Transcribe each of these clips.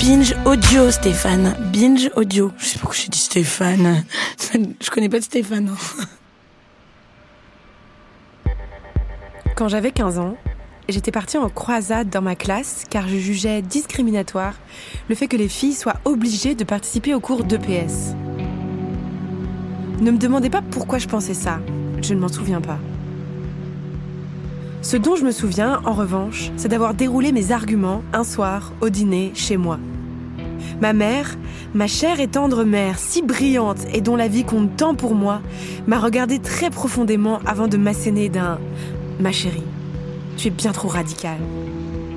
Binge audio, Stéphane. Binge audio. Je sais pas pourquoi j'ai dit Stéphane. Je connais pas de Stéphane. Quand j'avais 15 ans, j'étais partie en croisade dans ma classe car je jugeais discriminatoire le fait que les filles soient obligées de participer aux cours d'EPS. Ne me demandez pas pourquoi je pensais ça, je ne m'en souviens pas. Ce dont je me souviens, en revanche, c'est d'avoir déroulé mes arguments un soir au dîner chez moi. Ma mère, ma chère et tendre mère, si brillante et dont la vie compte tant pour moi, m'a regardée très profondément avant de m'asséner d'un « Ma chérie, tu es bien trop radicale ». Quoi ?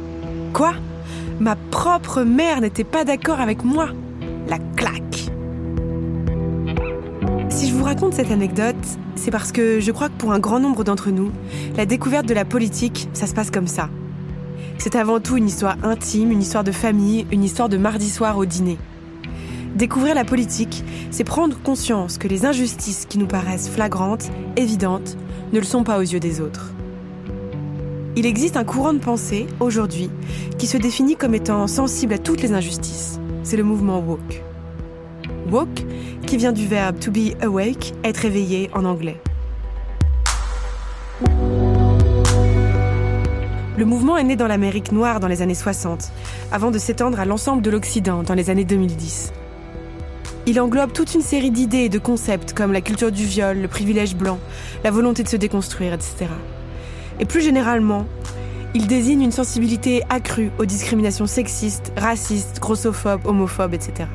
Ma propre mère n'était pas d'accord avec moi ? La claque ! Si je vous raconte cette anecdote, c'est parce que je crois que pour un grand nombre d'entre nous, la découverte de la politique, ça se passe comme ça. C'est avant tout une histoire intime, une histoire de famille, une histoire de mardi soir au dîner. Découvrir la politique, c'est prendre conscience que les injustices qui nous paraissent flagrantes, évidentes, ne le sont pas aux yeux des autres. Il existe un courant de pensée, aujourd'hui, qui se définit comme étant sensible à toutes les injustices. C'est le mouvement woke. Woke, qui vient du verbe to be awake, être éveillé en anglais. Le mouvement est né dans l'Amérique noire dans les années 60, avant de s'étendre à l'ensemble de l'Occident dans les années 2010. Il englobe toute une série d'idées et de concepts comme la culture du viol, le privilège blanc, la volonté de se déconstruire, etc. Et plus généralement, il désigne une sensibilité accrue aux discriminations sexistes, racistes, grossophobes, homophobes, etc.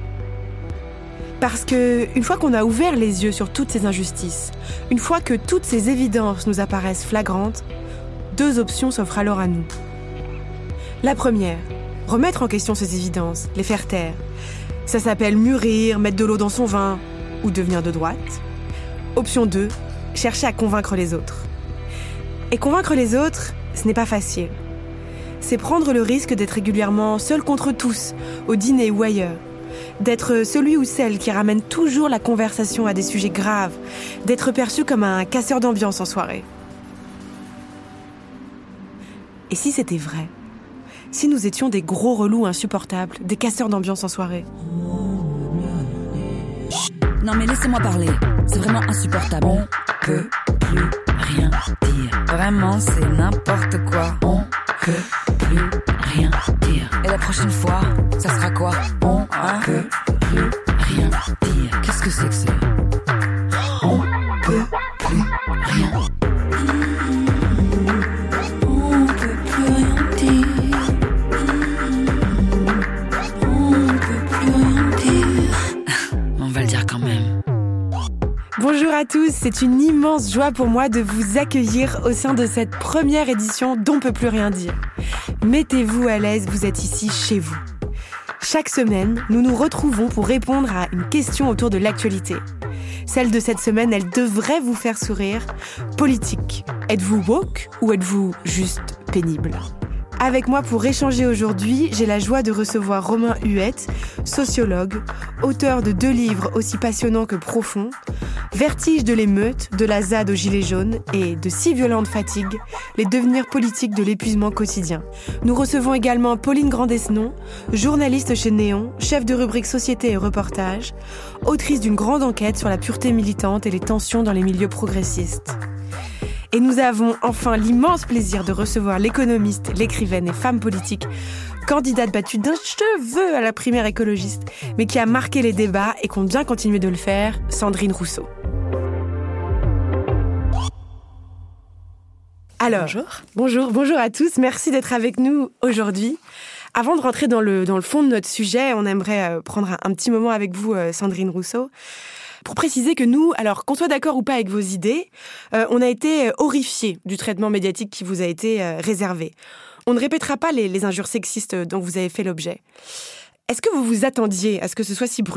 Parce que, une fois qu'on a ouvert les yeux sur toutes ces injustices, une fois que toutes ces évidences nous apparaissent flagrantes, deux options s'offrent alors à nous. La première, remettre en question ces évidences, les faire taire. Ça s'appelle mûrir, mettre de l'eau dans son vin ou devenir de droite. Option 2, chercher à convaincre les autres. Et convaincre les autres, ce n'est pas facile. C'est prendre le risque d'être régulièrement seul contre tous, au dîner ou ailleurs. D'être celui ou celle qui ramène toujours la conversation à des sujets graves, d'être perçu comme un casseur d'ambiance en soirée. Et si c'était vrai ? Si nous étions des gros relous insupportables, des casseurs d'ambiance en soirée ? Non mais laissez-moi parler, c'est vraiment insupportable. On peut plus rien dire. Vraiment, c'est n'importe quoi. On peut plus rien dire. Et la prochaine fois, ça sera quoi ? On peut plus rien dire. Qu'est-ce que c'est que ça ? On peut plus rien dire. Bonjour à tous, c'est une immense joie pour moi de vous accueillir au sein de cette première édition d'On peut plus rien dire. Mettez-vous à l'aise, vous êtes ici chez vous. Chaque semaine, nous nous retrouvons pour répondre à une question autour de l'actualité. Celle de cette semaine, elle devrait vous faire sourire. Politique. Êtes-vous woke ou êtes-vous juste pénible ? Avec moi pour échanger aujourd'hui, j'ai la joie de recevoir Romain Huette, sociologue, auteur de 2 livres aussi passionnants que profonds, Vertige de l'émeute, de la ZAD aux gilets jaunes et de si violente fatigue, les devenirs politiques de l'épuisement quotidien. Nous recevons également Pauline Grandesnon, journaliste chez Néon, chef de rubrique Société et Reportage, autrice d'une grande enquête sur la pureté militante et les tensions dans les milieux progressistes. Et nous avons enfin l'immense plaisir de recevoir l'économiste, l'écrivaine et femme politique, candidate battue d'un cheveu à la primaire écologiste, mais qui a marqué les débats et compte bien continuer de le faire, Sandrine Rousseau. Alors, bonjour à tous, merci d'être avec nous aujourd'hui. Avant de rentrer dans le fond de notre sujet, on aimerait prendre un petit moment avec vous, Sandrine Rousseau, pour préciser que nous, alors qu'on soit d'accord ou pas avec vos idées, on a été horrifiés du traitement médiatique qui vous a été réservé. On ne répétera pas les injures sexistes dont vous avez fait l'objet. Est-ce que vous vous attendiez à ce que ce soit si brutal ?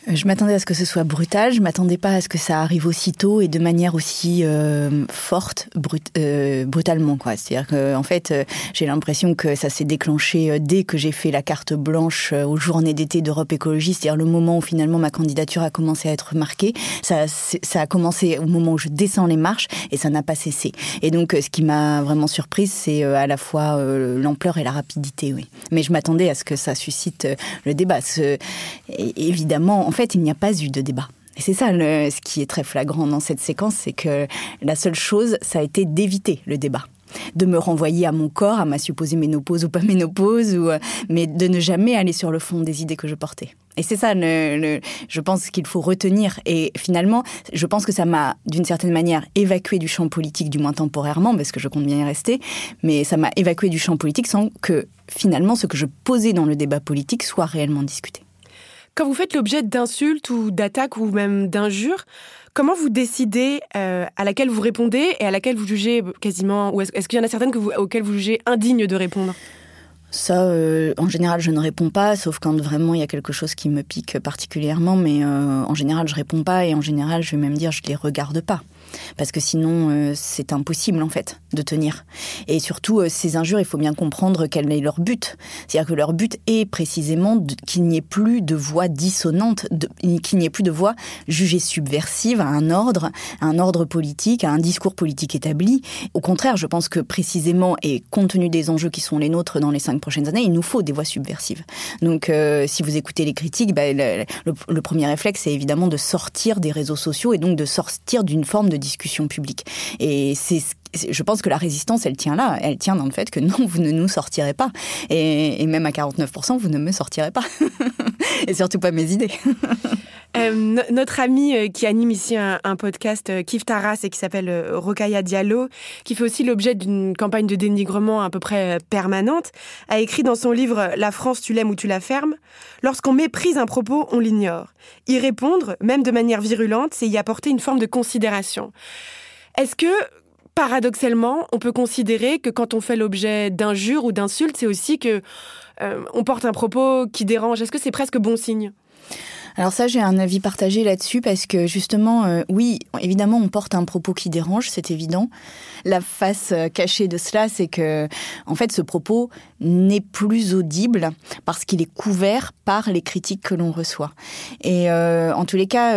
Je m'attendais à ce que ce soit brutal, je m'attendais pas à ce que ça arrive aussitôt et de manière aussi forte, brutalement, quoi. C'est-à-dire que, en fait, j'ai l'impression que ça s'est déclenché dès que j'ai fait la carte blanche aux journées d'été d'Europe Écologie, c'est-à-dire le moment où finalement ma candidature a commencé à être marquée. Ça a commencé au moment où je descends les marches et ça n'a pas cessé. Et donc, ce qui m'a vraiment surprise, c'est à la fois l'ampleur et la rapidité, oui. Mais je m'attendais à ce que ça suscite le débat. Évidemment, en fait, il n'y a pas eu de débat. Et c'est ça, ce qui est très flagrant dans cette séquence, c'est que la seule chose, ça a été d'éviter le débat. De me renvoyer à mon corps, à ma supposée ménopause ou pas ménopause, mais de ne jamais aller sur le fond des idées que je portais. Et c'est ça, je pense qu'il faut retenir. Et finalement, je pense que ça m'a, d'une certaine manière, évacué du champ politique, du moins temporairement, parce que je compte bien y rester, mais ça m'a évacué du champ politique sans que, finalement, ce que je posais dans le débat politique soit réellement discuté. Quand vous faites l'objet d'insultes ou d'attaques ou même d'injures, comment vous décidez à laquelle vous répondez et à laquelle vous jugez quasiment, ou est-ce qu'il y en a certaines auxquelles vous jugez indignes de répondre ? Ça, en général, je ne réponds pas, sauf quand vraiment il y a quelque chose qui me pique particulièrement, mais en général, je réponds pas et en général, je vais même dire je les regarde pas. Parce que sinon, c'est impossible, en fait, de tenir. Et surtout, ces injures, il faut bien comprendre quel est leur but. C'est-à-dire que leur but est précisément qu'il n'y ait plus de voix dissonantes, qu'il n'y ait plus de voix jugées subversives à un ordre politique, à un discours politique établi. Au contraire, je pense que précisément, et compte tenu des enjeux qui sont les nôtres dans les 5 prochaines années, il nous faut des voix subversives. Donc, si vous écoutez les critiques, le premier réflexe, c'est évidemment de sortir des réseaux sociaux et donc de sortir d'une forme de discussion publique. Et je pense que la résistance, elle tient là. Elle tient dans le fait que non, vous ne nous sortirez pas. Et même à 49%, vous ne me sortirez pas. Et surtout pas mes idées. Notre ami qui anime ici un podcast, Kif Taras, et qui s'appelle Rokhaya Diallo, qui fait aussi l'objet d'une campagne de dénigrement à peu près permanente, a écrit dans son livre « La France, tu l'aimes ou tu la fermes ». Lorsqu'on méprise un propos, on l'ignore. Y répondre, même de manière virulente, c'est y apporter une forme de considération. Est-ce que, paradoxalement, on peut considérer que quand on fait l'objet d'injures ou d'insultes, c'est aussi que on porte un propos qui dérange ? Est-ce que c'est presque bon signe ? Alors ça, j'ai un avis partagé là-dessus parce que justement, oui, évidemment, on porte un propos qui dérange, c'est évident. La face cachée de cela, c'est que, en fait, ce propos n'est plus audible parce qu'il est couvert par les critiques que l'on reçoit. Et en tous les cas,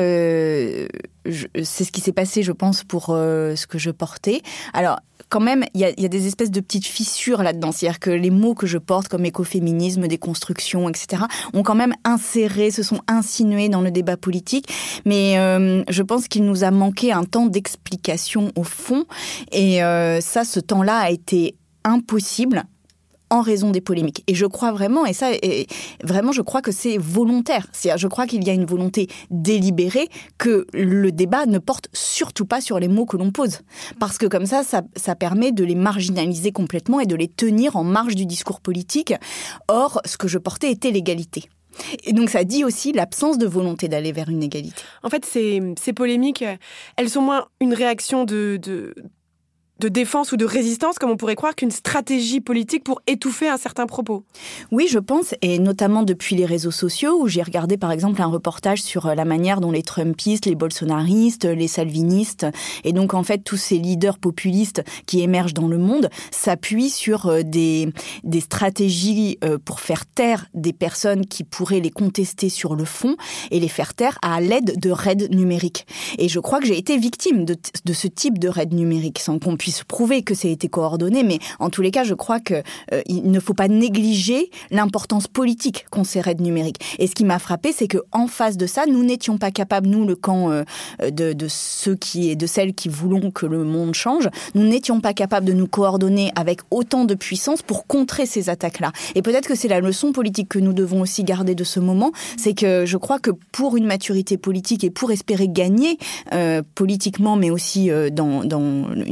c'est ce qui s'est passé, je pense, pour ce que je portais. Alors, quand même, il y a des espèces de petites fissures là-dedans. C'est-à-dire que les mots que je porte, comme écoféminisme, déconstruction, etc., ont quand même se sont insinués dans le débat politique. Mais je pense qu'il nous a manqué un temps d'explication au fond. Et ce temps-là a été impossible en raison des polémiques. Et je crois vraiment, je crois que c'est volontaire. C'est-à-dire, je crois qu'il y a une volonté délibérée que le débat ne porte surtout pas sur les mots que l'on pose. Parce que comme ça permet de les marginaliser complètement et de les tenir en marge du discours politique. Or, ce que je portais était l'égalité. Et donc ça dit aussi l'absence de volonté d'aller vers une égalité. En fait, ces polémiques, elles sont moins une réaction de défense ou de résistance, comme on pourrait croire, qu'une stratégie politique pour étouffer un certain propos. Oui, je pense, et notamment depuis les réseaux sociaux, où j'ai regardé par exemple un reportage sur la manière dont les Trumpistes, les bolsonaristes, les salvinistes, et donc en fait tous ces leaders populistes qui émergent dans le monde, s'appuient sur des stratégies pour faire taire des personnes qui pourraient les contester sur le fond, et les faire taire à l'aide de raids numériques. Et je crois que j'ai été victime de ce type de raids numériques, sans qu'on puisse prouver que ça a été coordonné, mais en tous les cas, je crois que il ne faut pas négliger l'importance politique qu'ont ces raids numériques. Et ce qui m'a frappé, c'est que en face de ça, nous n'étions pas capables, nous, le camp de ceux et de celles qui voulons que le monde change, nous n'étions pas capables de nous coordonner avec autant de puissance pour contrer ces attaques-là. Et peut-être que c'est la leçon politique que nous devons aussi garder de ce moment, c'est que je crois que pour une maturité politique et pour espérer gagner politiquement, mais aussi dans une bataille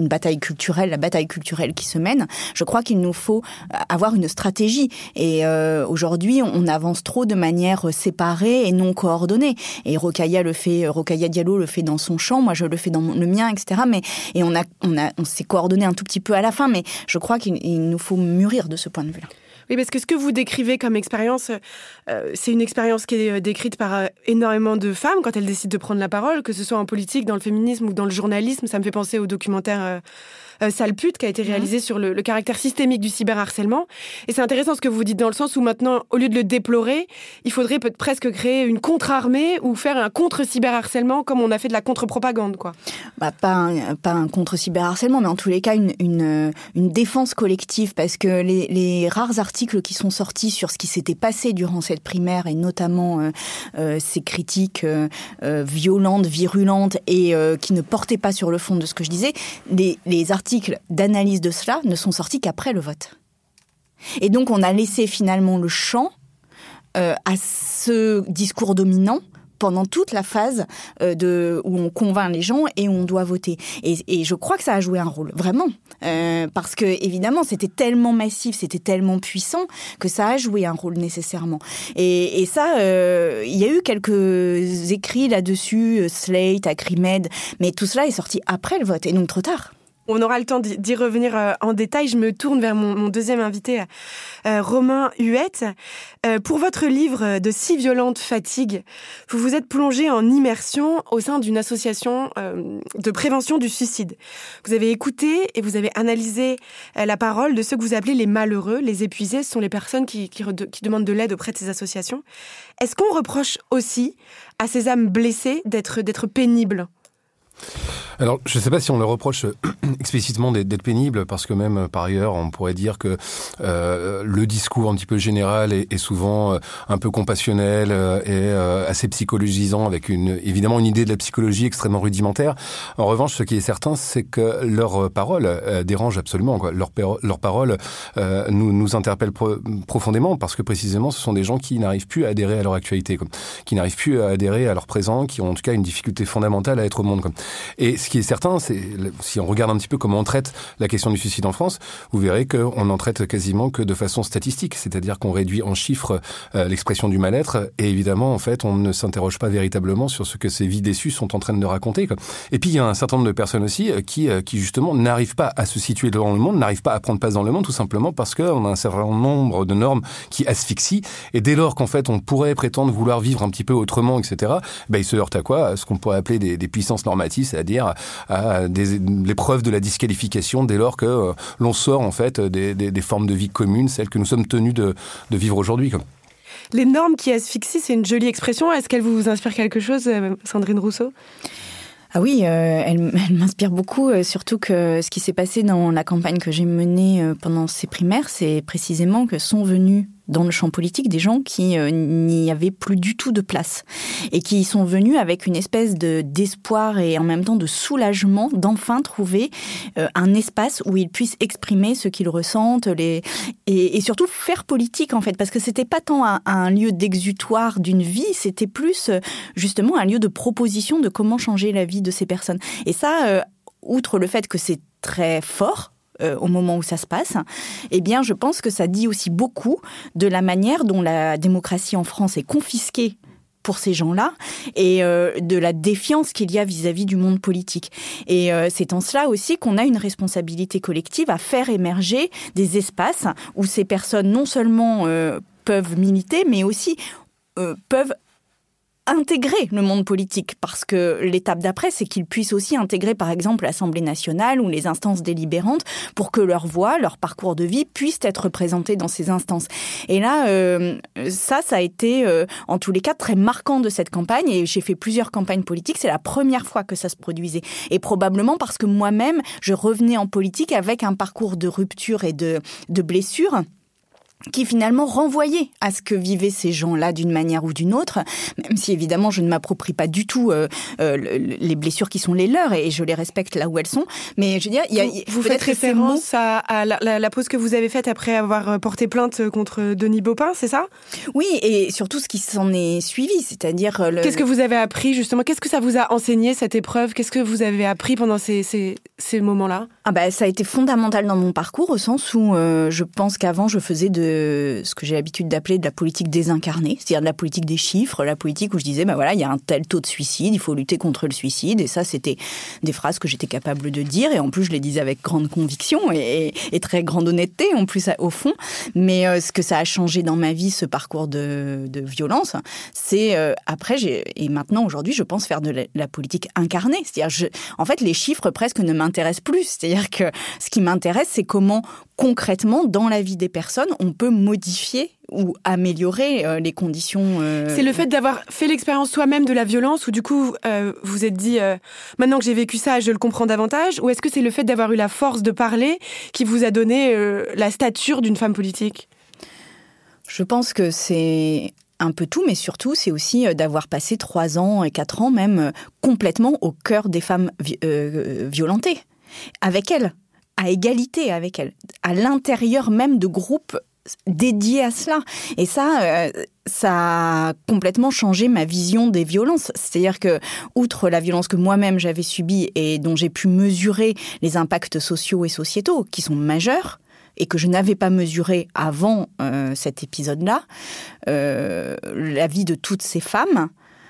culturelle, la bataille culturelle qui se mène. Je crois qu'il nous faut avoir une stratégie. Et aujourd'hui, on avance trop de manière séparée et non coordonnée. Et Rokhaya Diallo le fait dans son champ, moi je le fais dans le mien, etc. Et on s'est coordonné un tout petit peu à la fin, mais je crois qu'il nous faut mûrir de ce point de vue-là. Oui, parce que ce que vous décrivez comme expérience, c'est une expérience qui est décrite par énormément de femmes quand elles décident de prendre la parole, que ce soit en politique, dans le féminisme ou dans le journalisme. Ça me fait penser au documentaire Sale pute qui a été réalisé sur le caractère systémique du cyberharcèlement. Et c'est intéressant ce que vous dites dans le sens où maintenant, au lieu de le déplorer, il faudrait presque créer une contre-armée ou faire un contre-cyberharcèlement comme on a fait de la contre-propagande, quoi. Pas un contre-cyberharcèlement, mais en tous les cas une défense collective, parce que les rares articles qui sont sortis sur ce qui s'était passé durant cette primaire, et notamment ces critiques violentes, virulentes, et qui ne portaient pas sur le fond de ce que je disais, les articles d'analyse de cela ne sont sortis qu'après le vote. Et donc on a laissé finalement le champ à ce discours dominant pendant toute la phase où on convainc les gens et où on doit voter. Et je crois que ça a joué un rôle, vraiment. Parce que, évidemment, c'était tellement massif, c'était tellement puissant que ça a joué un rôle nécessairement. Et ça, il y a eu quelques écrits là-dessus, Slate, Acrimed, mais tout cela est sorti après le vote, et donc trop tard. On aura le temps d'y revenir en détail. Je me tourne vers mon deuxième invité, Romain Huette. Pour votre livre de si violente fatigue, vous vous êtes plongé en immersion au sein d'une association de prévention du suicide. Vous avez écouté et vous avez analysé la parole de ceux que vous appelez les malheureux, les épuisés. Ce sont les personnes qui demandent de l'aide auprès de ces associations. Est-ce qu'on reproche aussi à ces âmes blessées d'être pénibles ? Alors, je ne sais pas si on le reproche explicitement d'être pénible, parce que même par ailleurs, on pourrait dire que le discours un petit peu général est souvent un peu compassionnel et assez psychologisant, avec évidemment une idée de la psychologie extrêmement rudimentaire. En revanche, ce qui est certain, c'est que leurs paroles dérangent absolument, quoi. Leurs paroles nous interpellent profondément, parce que précisément, ce sont des gens qui n'arrivent plus à adhérer à leur actualité, quoi. Qui n'arrivent plus à adhérer à leur présent, qui ont en tout cas une difficulté fondamentale à être au monde, quoi. Et ce qui est certain, c'est, si on regarde un petit peu comment on traite la question du suicide en France, vous verrez qu'on en traite quasiment que de façon statistique, c'est-à-dire qu'on réduit en chiffres l'expression du mal-être, et évidemment, en fait, on ne s'interroge pas véritablement sur ce que ces vies déçues sont en train de raconter, quoi. Et puis, il y a un certain nombre de personnes aussi qui justement, n'arrivent pas à se situer dans le monde, n'arrivent pas à prendre place dans le monde, tout simplement parce qu'on a un certain nombre de normes qui asphyxient, et dès lors qu'en fait, on pourrait prétendre vouloir vivre un petit peu autrement, etc., ils se heurtent à quoi ? À ce qu'on pourrait appeler des puissances normatives, c'est-à-dire à l'épreuve de la disqualification dès lors que l'on sort en fait des formes de vie communes, celles que nous sommes tenus de vivre aujourd'hui. Les normes qui asphyxient, c'est une jolie expression. Est-ce qu'elle vous inspire quelque chose, Sandrine Rousseau ? Ah oui, elle m'inspire beaucoup, surtout que ce qui s'est passé dans la campagne que j'ai menée pendant ces primaires, c'est précisément que sont venus dans le champ politique des gens qui n'y avaient plus du tout de place et qui sont venus avec une espèce d'espoir et en même temps de soulagement d'enfin trouver un espace où ils puissent exprimer ce qu'ils ressentent et surtout faire politique en fait, parce que c'était pas tant un lieu d'exutoire d'une vie, c'était plus justement un lieu de proposition de comment changer la vie de ces personnes. Et ça, outre le fait que c'est très fort au moment où ça se passe, eh bien, je pense que ça dit aussi beaucoup de la manière dont la démocratie en France est confisquée pour ces gens-là et de la défiance qu'il y a vis-à-vis du monde politique. Et c'est en cela aussi qu'on a une responsabilité collective à faire émerger des espaces où ces personnes non seulement peuvent militer, mais aussi peuvent intégrer le monde politique, parce que l'étape d'après, c'est qu'ils puissent aussi intégrer, par exemple, l'Assemblée nationale ou les instances délibérantes pour que leur voix, leur parcours de vie puissent être représentés dans ces instances. Et là, ça a été, en tous les cas, très marquant de cette campagne, et j'ai fait plusieurs campagnes politiques, c'est la première fois que ça se produisait. Et probablement parce que moi-même, je revenais en politique avec un parcours de rupture et de blessure, qui finalement renvoyait à ce que vivaient ces gens-là d'une manière ou d'une autre, même si évidemment je ne m'approprie pas du tout les blessures qui sont les leurs et je les respecte là où elles sont. Mais je veux dire, vous faites référence à la pause que vous avez faite après avoir porté plainte contre Denis Baupin, c'est ça ? Oui, et surtout ce qui s'en est suivi, c'est-à-dire... Qu'est-ce que vous avez appris justement ? Qu'est-ce que ça vous a enseigné cette épreuve ? Qu'est-ce que vous avez appris pendant ces moments-là ? Ça a été fondamental dans mon parcours au sens où je pense qu'avant je faisais de ce que j'ai l'habitude d'appeler de la politique désincarnée, c'est-à-dire de la politique des chiffres, la politique où je disais il y a un tel taux de suicide, il faut lutter contre le suicide, et ça c'était des phrases que j'étais capable de dire, et en plus je les disais avec grande conviction et très grande honnêteté en plus au fond. Mais ce que ça a changé dans ma vie, ce parcours de violence, c'est après et maintenant aujourd'hui je pense faire de la politique incarnée, c'est-à-dire en fait les chiffres presque ne m'intéressent plus, c'est-à-dire que ce qui m'intéresse c'est comment concrètement dans la vie des personnes on peut modifier ou améliorer les conditions... C'est le fait d'avoir fait l'expérience soi-même de la violence, ou du coup, vous êtes dit, maintenant que j'ai vécu ça, je le comprends davantage, ou est-ce que c'est le fait d'avoir eu la force de parler qui vous a donné la stature d'une femme politique ? Je pense que c'est un peu tout, mais surtout, c'est aussi d'avoir passé 3 ans et 4 ans même complètement au cœur des femmes violentées, avec elles, à égalité avec elles, à l'intérieur même de groupes dédié à cela. Et ça a complètement changé ma vision des violences. C'est-à-dire que, outre la violence que moi-même j'avais subie et dont j'ai pu mesurer les impacts sociaux et sociétaux, qui sont majeurs, et que je n'avais pas mesuré avant cet épisode-là, la vie de toutes ces femmes,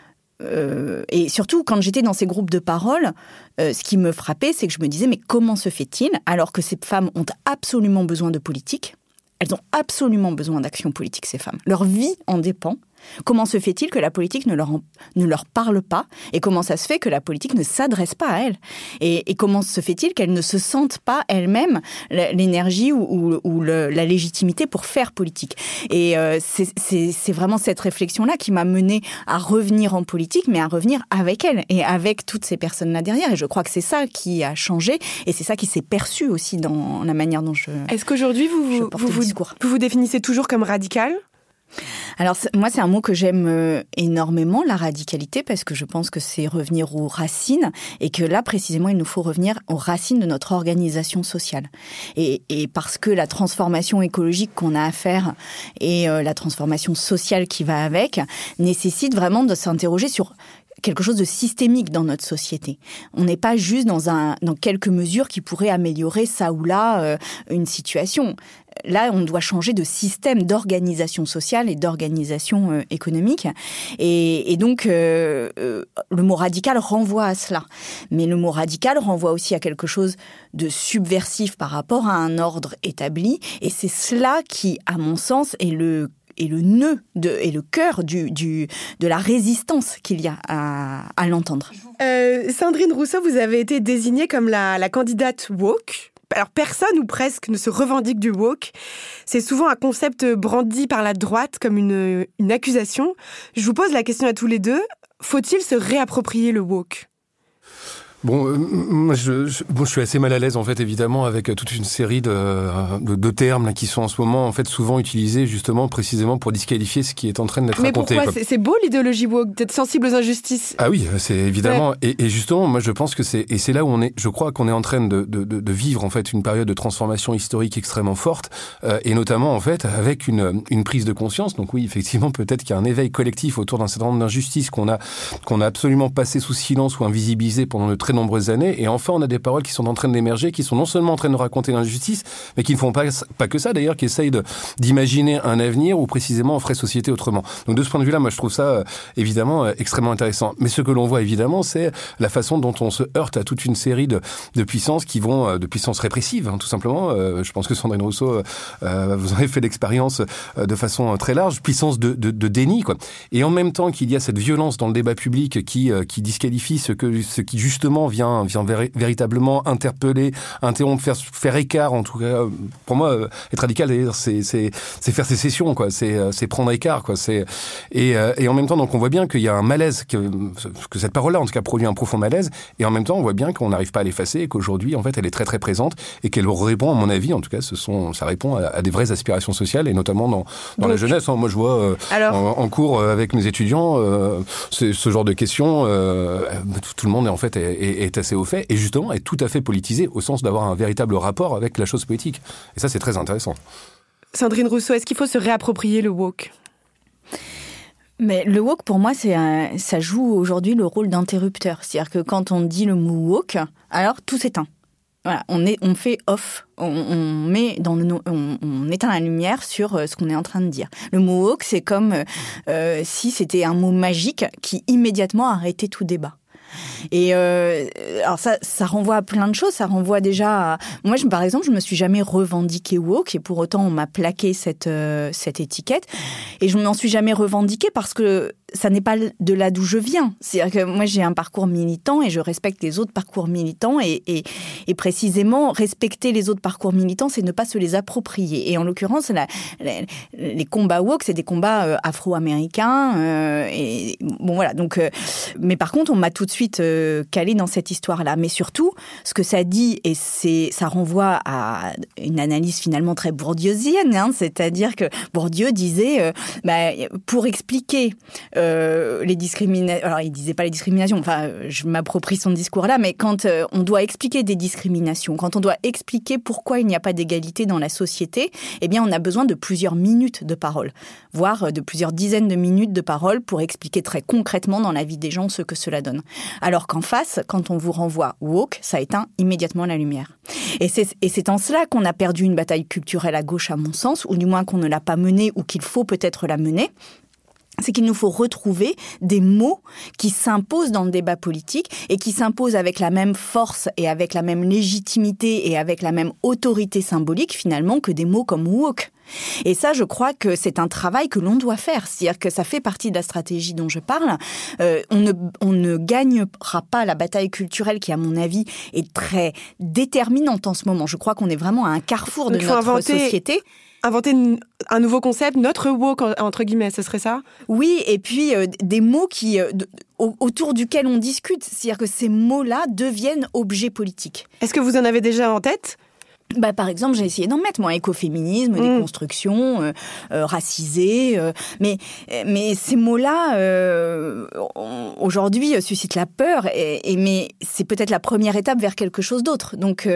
et surtout quand j'étais dans ces groupes de parole, ce qui me frappait, c'est que je me disais, mais comment se fait-il, alors que ces femmes ont absolument besoin de politique, elles ont absolument besoin d'action politique, ces femmes. Leur vie en dépend. Comment se fait-il que la politique ne leur parle pas ? Et comment ça se fait que la politique ne s'adresse pas à elles ? Et comment se fait-il qu'elles ne se sentent pas elles-mêmes l'énergie ou la légitimité pour faire politique ? Et c'est vraiment cette réflexion-là qui m'a menée à revenir en politique, mais à revenir avec elles et avec toutes ces personnes-là derrière. Et je crois que c'est ça qui a changé et c'est ça qui s'est perçu aussi dans la manière dont je... Est-ce qu'aujourd'hui, vous vous définissez toujours comme radicale ? Alors moi, c'est un mot que j'aime énormément, la radicalité, parce que je pense que c'est revenir aux racines et que là, précisément, il nous faut revenir aux racines de notre organisation sociale. Et parce que la transformation écologique qu'on a à faire et la transformation sociale qui va avec nécessite vraiment de s'interroger sur quelque chose de systémique dans notre société. On n'est pas juste dans quelques mesures qui pourraient améliorer ça ou là une situation. Là, on doit changer de système d'organisation sociale et d'organisation économique. Et donc, le mot radical renvoie à cela. Mais le mot radical renvoie aussi à quelque chose de subversif par rapport à un ordre établi. Et c'est cela qui, à mon sens, est le nœud et le cœur de la résistance qu'il y a à l'entendre. Sandrine Rousseau, vous avez été désignée comme la candidate woke. Alors, personne ou presque ne se revendique du woke. C'est souvent un concept brandi par la droite comme une accusation. Je vous pose la question à tous les deux. Faut-il se réapproprier le woke ? Bon, moi, je suis assez mal à l'aise, en fait, évidemment, avec toute une série de termes là, qui sont en ce moment, en fait, souvent utilisés, justement, précisément pour disqualifier ce qui est en train d'être raconté. Mais pourquoi ? C'est beau, l'idéologie woke, d'être sensible aux injustices. Ah oui, c'est évidemment. Ouais. Et justement, moi, je pense que c'est là où je crois qu'on est en train de vivre, en fait, une période de transformation historique extrêmement forte, et notamment, en fait, avec une prise de conscience. Donc oui, effectivement, peut-être qu'il y a un éveil collectif autour d'un certain nombre d'injustices qu'on a absolument passé sous silence ou invisibilisé pendant de très nombreuses années, et enfin on a des paroles qui sont en train d'émerger, qui sont non seulement en train de raconter l'injustice, mais qui ne font pas que ça d'ailleurs, qui essayent d'imaginer un avenir où précisément on ferait société autrement. Donc de ce point de vue-là, moi je trouve ça évidemment extrêmement intéressant. Mais ce que l'on voit évidemment, c'est la façon dont on se heurte à toute une série de puissances qui vont, de puissances répressives, hein, tout simplement. Je pense que Sandrine Rousseau, vous en avez fait l'expérience de façon très large, puissance de déni, quoi. Et en même temps qu'il y a cette violence dans le débat public qui disqualifie ce qui justement justement vient véritablement interpeller, interrompre, faire écart. En tout cas, pour moi, être radical, d'ailleurs, c'est faire sécession, quoi. C'est prendre écart, quoi. Et en même temps, donc on voit bien qu'il y a un malaise, que cette parole-là, en tout cas, produit un profond malaise. Et en même temps, on voit bien qu'on n'arrive pas à l'effacer et qu'aujourd'hui, en fait, elle est très très présente et qu'elle répond, à mon avis, en tout cas, ça répond à des vraies aspirations sociales et notamment dans la jeunesse. Moi, je vois en cours avec mes étudiants, ce genre de questions, tout le monde en fait est assez au fait et justement est tout à fait politisé au sens d'avoir un véritable rapport avec la chose politique. Et ça, c'est très intéressant. Sandrine Rousseau, est-ce qu'il faut se réapproprier le woke ? Mais le woke, pour moi, ça joue aujourd'hui le rôle d'interrupteur. C'est-à-dire que quand on dit le mot woke, alors tout s'éteint. Voilà, on fait off, on éteint la lumière sur ce qu'on est en train de dire. Le mot woke, c'est comme si c'était un mot magique qui immédiatement arrêtait tout débat. Et alors ça renvoie à plein de choses. Ça renvoie déjà à... Moi, par exemple, je me suis jamais revendiquée woke et pour autant, on m'a plaqué cette étiquette. Et je m'en suis jamais revendiquée parce que ça n'est pas de là d'où je viens. C'est-à-dire que moi, j'ai un parcours militant et je respecte les autres parcours militants. Et précisément, respecter les autres parcours militants, c'est ne pas se les approprier. Et en l'occurrence, les combats woke, c'est des combats afro-américains. Et bon, voilà. Donc, mais par contre, on m'a tout de suite calé dans cette histoire-là. Mais surtout, ce que ça dit, et ça renvoie à une analyse finalement très bourdieusienne, hein, c'est-à-dire que Bourdieu disait, pour expliquer les discriminations... Alors, il disait pas les discriminations, enfin, je m'approprie son discours-là, mais quand on doit expliquer des discriminations, quand on doit expliquer pourquoi il n'y a pas d'égalité dans la société, eh bien, on a besoin de plusieurs minutes de parole, voire de plusieurs dizaines de minutes de parole pour expliquer très concrètement dans la vie des gens ce que cela donne. Alors qu'en face, quand on vous renvoie woke, ça éteint immédiatement la lumière. Et c'est en cela qu'on a perdu une bataille culturelle à gauche, à mon sens, ou du moins qu'on ne l'a pas menée, ou qu'il faut peut-être la mener. C'est qu'il nous faut retrouver des mots qui s'imposent dans le débat politique et qui s'imposent avec la même force et avec la même légitimité et avec la même autorité symbolique finalement que des mots comme woke. Et ça, je crois que c'est un travail que l'on doit faire. C'est-à-dire que ça fait partie de la stratégie dont je parle. On ne gagnera pas la bataille culturelle qui, à mon avis, est très déterminante en ce moment. Je crois qu'on est vraiment à un carrefour de notre société. Inventer un nouveau concept, notre woke, entre guillemets, ce serait ça ? Oui, et puis des mots autour duquel on discute. C'est-à-dire que ces mots-là deviennent objets politiques. Est-ce que vous en avez déjà en tête ? Par exemple, j'ai essayé d'en mettre, moi, écoféminisme, déconstruction, racisé. Mais ces mots-là, aujourd'hui, suscitent la peur. Mais c'est peut-être la première étape vers quelque chose d'autre. Donc,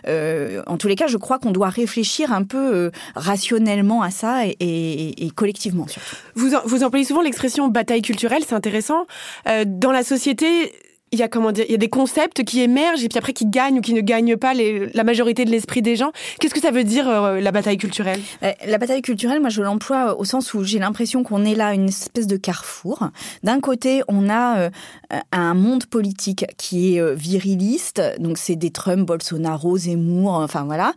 en tous les cas, je crois qu'on doit réfléchir un peu rationnellement à ça et collectivement, surtout. Vous employez souvent l'expression « bataille culturelle », c'est intéressant. Dans la société... Il y a des concepts qui émergent et puis après qui gagnent ou qui ne gagnent pas la majorité de l'esprit des gens. Qu'est-ce que ça veut dire, la bataille culturelle ? La bataille culturelle, moi, je l'emploie au sens où j'ai l'impression qu'on est là une espèce de carrefour. D'un côté, on a un monde politique qui est viriliste, donc c'est des Trump, Bolsonaro, Zemmour, enfin voilà,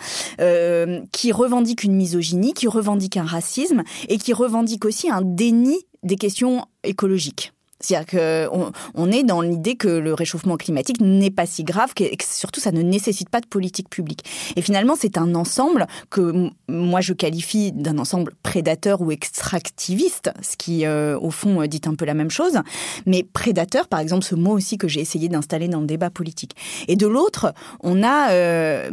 qui revendique une misogynie, qui revendique un racisme et qui revendique aussi un déni des questions écologiques. C'est-à-dire qu'on est dans l'idée que le réchauffement climatique n'est pas si grave, que surtout ça ne nécessite pas de politique publique. Et finalement, c'est un ensemble que moi je qualifie d'un ensemble prédateur ou extractiviste, ce qui au fond dit un peu la même chose. Mais prédateur, par exemple, ce mot aussi que j'ai essayé d'installer dans le débat politique. Et de l'autre, on a...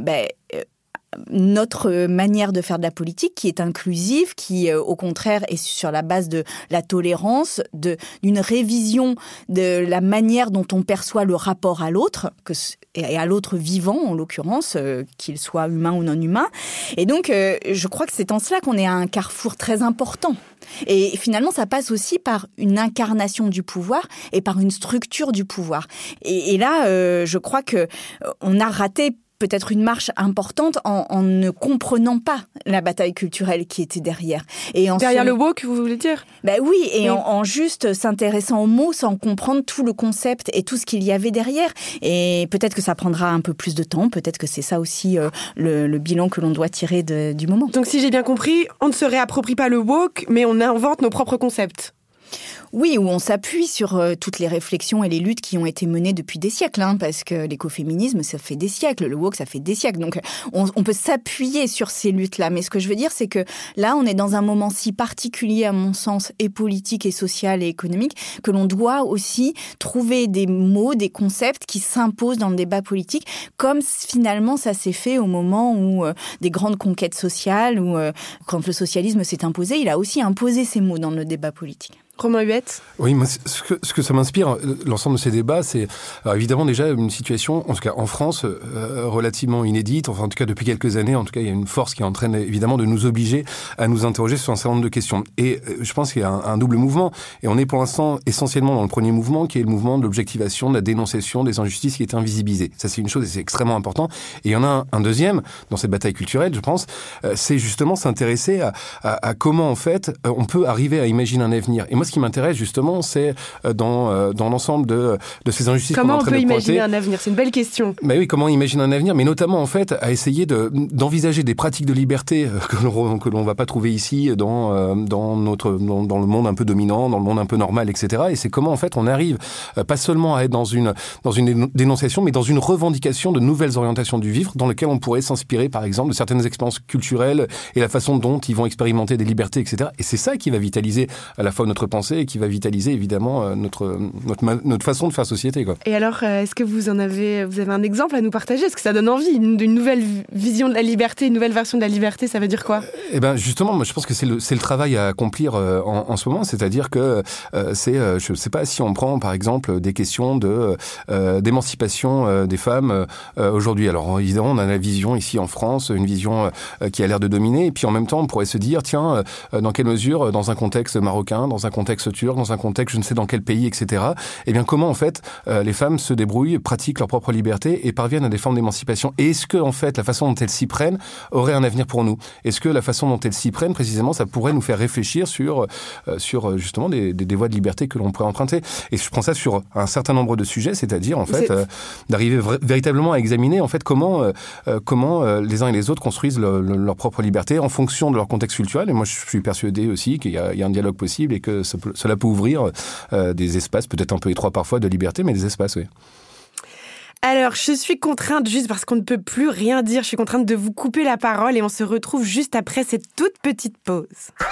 notre manière de faire de la politique qui est inclusive, qui au contraire est sur la base de la tolérance, d'une révision de la manière dont on perçoit le rapport à l'autre, et à l'autre vivant en l'occurrence, qu'il soit humain ou non humain. Et donc je crois que c'est en cela qu'on est à un carrefour très important. Et finalement, ça passe aussi par une incarnation du pouvoir et par une structure du pouvoir. Et là, je crois que on a raté peut-être une marche importante en ne comprenant pas la bataille culturelle qui était derrière. Et derrière le woke, vous voulez dire ? Oui, et en juste s'intéressant aux mots sans comprendre tout le concept et tout ce qu'il y avait derrière. Et peut-être que ça prendra un peu plus de temps, peut-être que c'est ça aussi le bilan que l'on doit tirer du moment. Donc si j'ai bien compris, on ne se réapproprie pas le woke, mais on invente nos propres concepts. Oui, où on s'appuie sur toutes les réflexions et les luttes qui ont été menées depuis des siècles, parce que l'écoféminisme, ça fait des siècles, le woke, ça fait des siècles. Donc, on peut s'appuyer sur ces luttes-là. Mais ce que je veux dire, c'est que là, on est dans un moment si particulier, à mon sens, et politique, et social, et économique, que l'on doit aussi trouver des mots, des concepts qui s'imposent dans le débat politique, comme finalement ça s'est fait au moment où des grandes conquêtes sociales, ou quand le socialisme s'est imposé, il a aussi imposé ces mots dans le débat politique. Romain Huette. Oui, moi, ce que ça m'inspire, l'ensemble de ces débats, c'est évidemment déjà une situation, en tout cas en France, relativement inédite. Enfin, en tout cas, depuis quelques années, en tout cas, il y a une force qui entraîne évidemment de nous obliger à nous interroger sur un certain nombre de questions. Et je pense qu'il y a un double mouvement. Et on est pour l'instant essentiellement dans le premier mouvement, qui est le mouvement de l'objectivation, de la dénonciation des injustices qui est invisibilisée. Ça, c'est une chose et c'est extrêmement important. Et il y en a un deuxième dans cette bataille culturelle, je pense, c'est justement s'intéresser à comment, en fait, on peut arriver à imaginer un avenir. Et moi, ce qui m'intéresse justement, c'est dans l'ensemble de ces injustices qu'on est en train de pointer. Comment on peut imaginer un avenir ? C'est une belle question. Mais oui, comment imaginer un avenir ? Mais notamment, en fait, à essayer d'envisager des pratiques de liberté que l'on va pas trouver ici dans le monde un peu dominant, dans le monde un peu normal, etc. Et c'est comment, en fait, on arrive pas seulement à être dans une dénonciation, mais dans une revendication de nouvelles orientations du vivre, dans lequel on pourrait s'inspirer, par exemple, de certaines expériences culturelles et la façon dont ils vont expérimenter des libertés, etc. Et c'est ça qui va vitaliser à la fois notre pensée et qui va vitaliser évidemment notre façon de faire société, quoi. Et alors, est-ce que vous avez un exemple à nous partager ? Est-ce que ça donne envie d'une nouvelle vision de la liberté, une nouvelle version de la liberté ? Ça veut dire quoi ? Eh ben justement, moi je pense que c'est le travail à accomplir en ce moment, c'est-à-dire que je sais pas si on prend par exemple des questions d'émancipation des femmes aujourd'hui. Alors évidemment, on a la vision ici en France, une vision qui a l'air de dominer, et puis en même temps, on pourrait se dire tiens, dans quelle mesure, dans un contexte marocain, dans un contexte turc, dans un contexte je ne sais dans quel pays, etc. Eh bien comment en fait les femmes se débrouillent, pratiquent leur propre liberté et parviennent à des formes d'émancipation. Et est-ce que en fait la façon dont elles s'y prennent aurait un avenir pour nous ? Est-ce que la façon dont elles s'y prennent précisément, ça pourrait nous faire réfléchir sur justement des voies de liberté que l'on pourrait emprunter ? Et je prends ça sur un certain nombre de sujets, c'est-à-dire en fait d'arriver véritablement à examiner en fait comment les uns et les autres construisent leur propre liberté en fonction de leur contexte culturel. Et moi je suis persuadé aussi qu'il y a un dialogue possible et que cela peut ouvrir des espaces, peut-être un peu étroits parfois, de liberté, mais des espaces, oui. Alors, je suis contrainte, juste parce qu'on ne peut plus rien dire, je suis contrainte de vous couper la parole et on se retrouve juste après cette toute petite pause.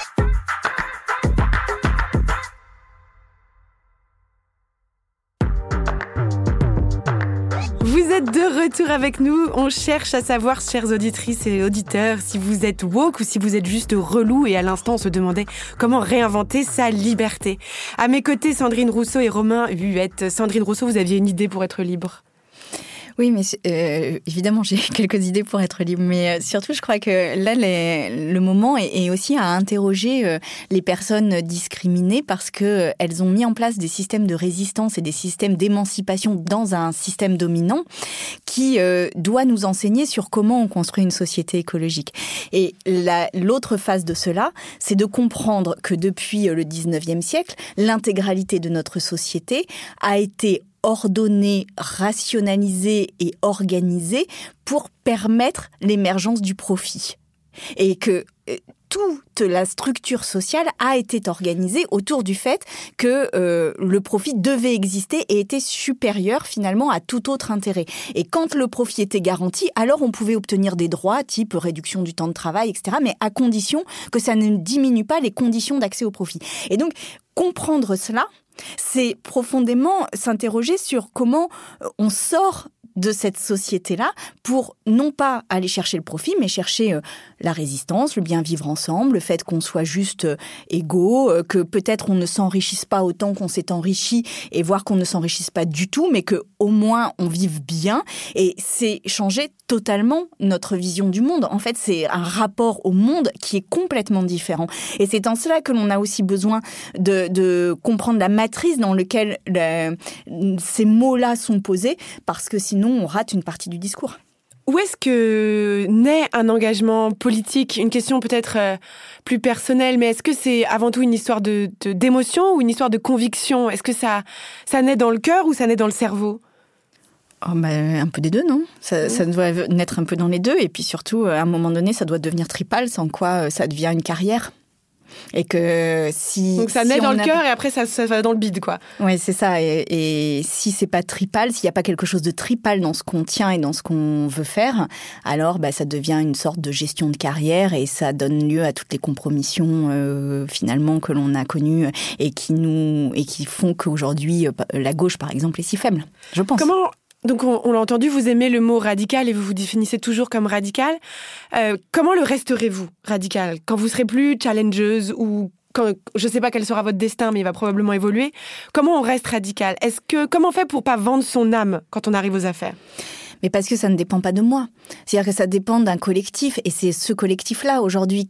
Vous êtes de retour avec nous. On cherche à savoir, chères auditrices et auditeurs, si vous êtes woke ou si vous êtes juste relou. Et à l'instant, on se demandait comment réinventer sa liberté. À mes côtés, Sandrine Rousseau et Romain Huette. Sandrine Rousseau, vous aviez une idée pour être libre ? Oui, mais évidemment, j'ai quelques idées pour être libre. Mais surtout, je crois que là, le moment est aussi à interroger les personnes discriminées parce que elles ont mis en place des systèmes de résistance et des systèmes d'émancipation dans un système dominant qui doit nous enseigner sur comment on construit une société écologique. Et l'autre phase de cela, c'est de comprendre que depuis le 19e siècle, l'intégralité de notre société a été ordonnée, rationalisée et organisée pour permettre l'émergence du profit. Et que toute la structure sociale a été organisée autour du fait que le profit devait exister et était supérieur finalement à tout autre intérêt. Et quand le profit était garanti, alors on pouvait obtenir des droits type réduction du temps de travail, etc., mais à condition que ça ne diminue pas les conditions d'accès au profit. Et donc, comprendre cela, c'est profondément s'interroger sur comment on sort de cette société-là pour non pas aller chercher le profit, mais chercher la résistance, le bien vivre ensemble, le fait qu'on soit juste égaux, que peut-être on ne s'enrichisse pas autant qu'on s'est enrichi et voire qu'on ne s'enrichisse pas du tout, mais qu'au moins on vive bien. Et c'est changer totalement notre vision du monde. En fait, c'est un rapport au monde qui est complètement différent. Et c'est en cela que l'on a aussi besoin de comprendre la matrice dans laquelle ces mots-là sont posés, parce que sinon on rate une partie du discours. Où est-ce que naît un engagement politique ? Une question peut-être plus personnelle, mais est-ce que c'est avant tout une histoire d'émotion ou une histoire de conviction ? Est-ce que ça naît dans le cœur ou ça naît dans le cerveau ? Un peu des deux, non ? Ça doit naître un peu dans les deux. Et puis surtout, à un moment donné, ça doit devenir tripale, sans quoi ça devient une carrière. Et que si... Donc ça naît dans le cœur et après ça va dans le bide, quoi. Oui, c'est ça. Et si c'est pas tripal, s'il n'y a pas quelque chose de tripal dans ce qu'on tient et dans ce qu'on veut faire, alors ça devient une sorte de gestion de carrière et ça donne lieu à toutes les compromissions finalement que l'on a connues et qui font qu'aujourd'hui la gauche, par exemple, est si faible, je pense. Donc on l'a entendu, vous aimez le mot radical et vous vous définissez toujours comme radical. Comment le resterez-vous, radical, quand vous serez plus challengeuse ou quand, je ne sais pas quel sera votre destin, mais il va probablement évoluer. Comment on reste radical ? Comment on fait pour pas vendre son âme quand on arrive aux affaires ? Mais parce que ça ne dépend pas de moi. C'est-à-dire que ça dépend d'un collectif. Et c'est ce collectif-là, aujourd'hui,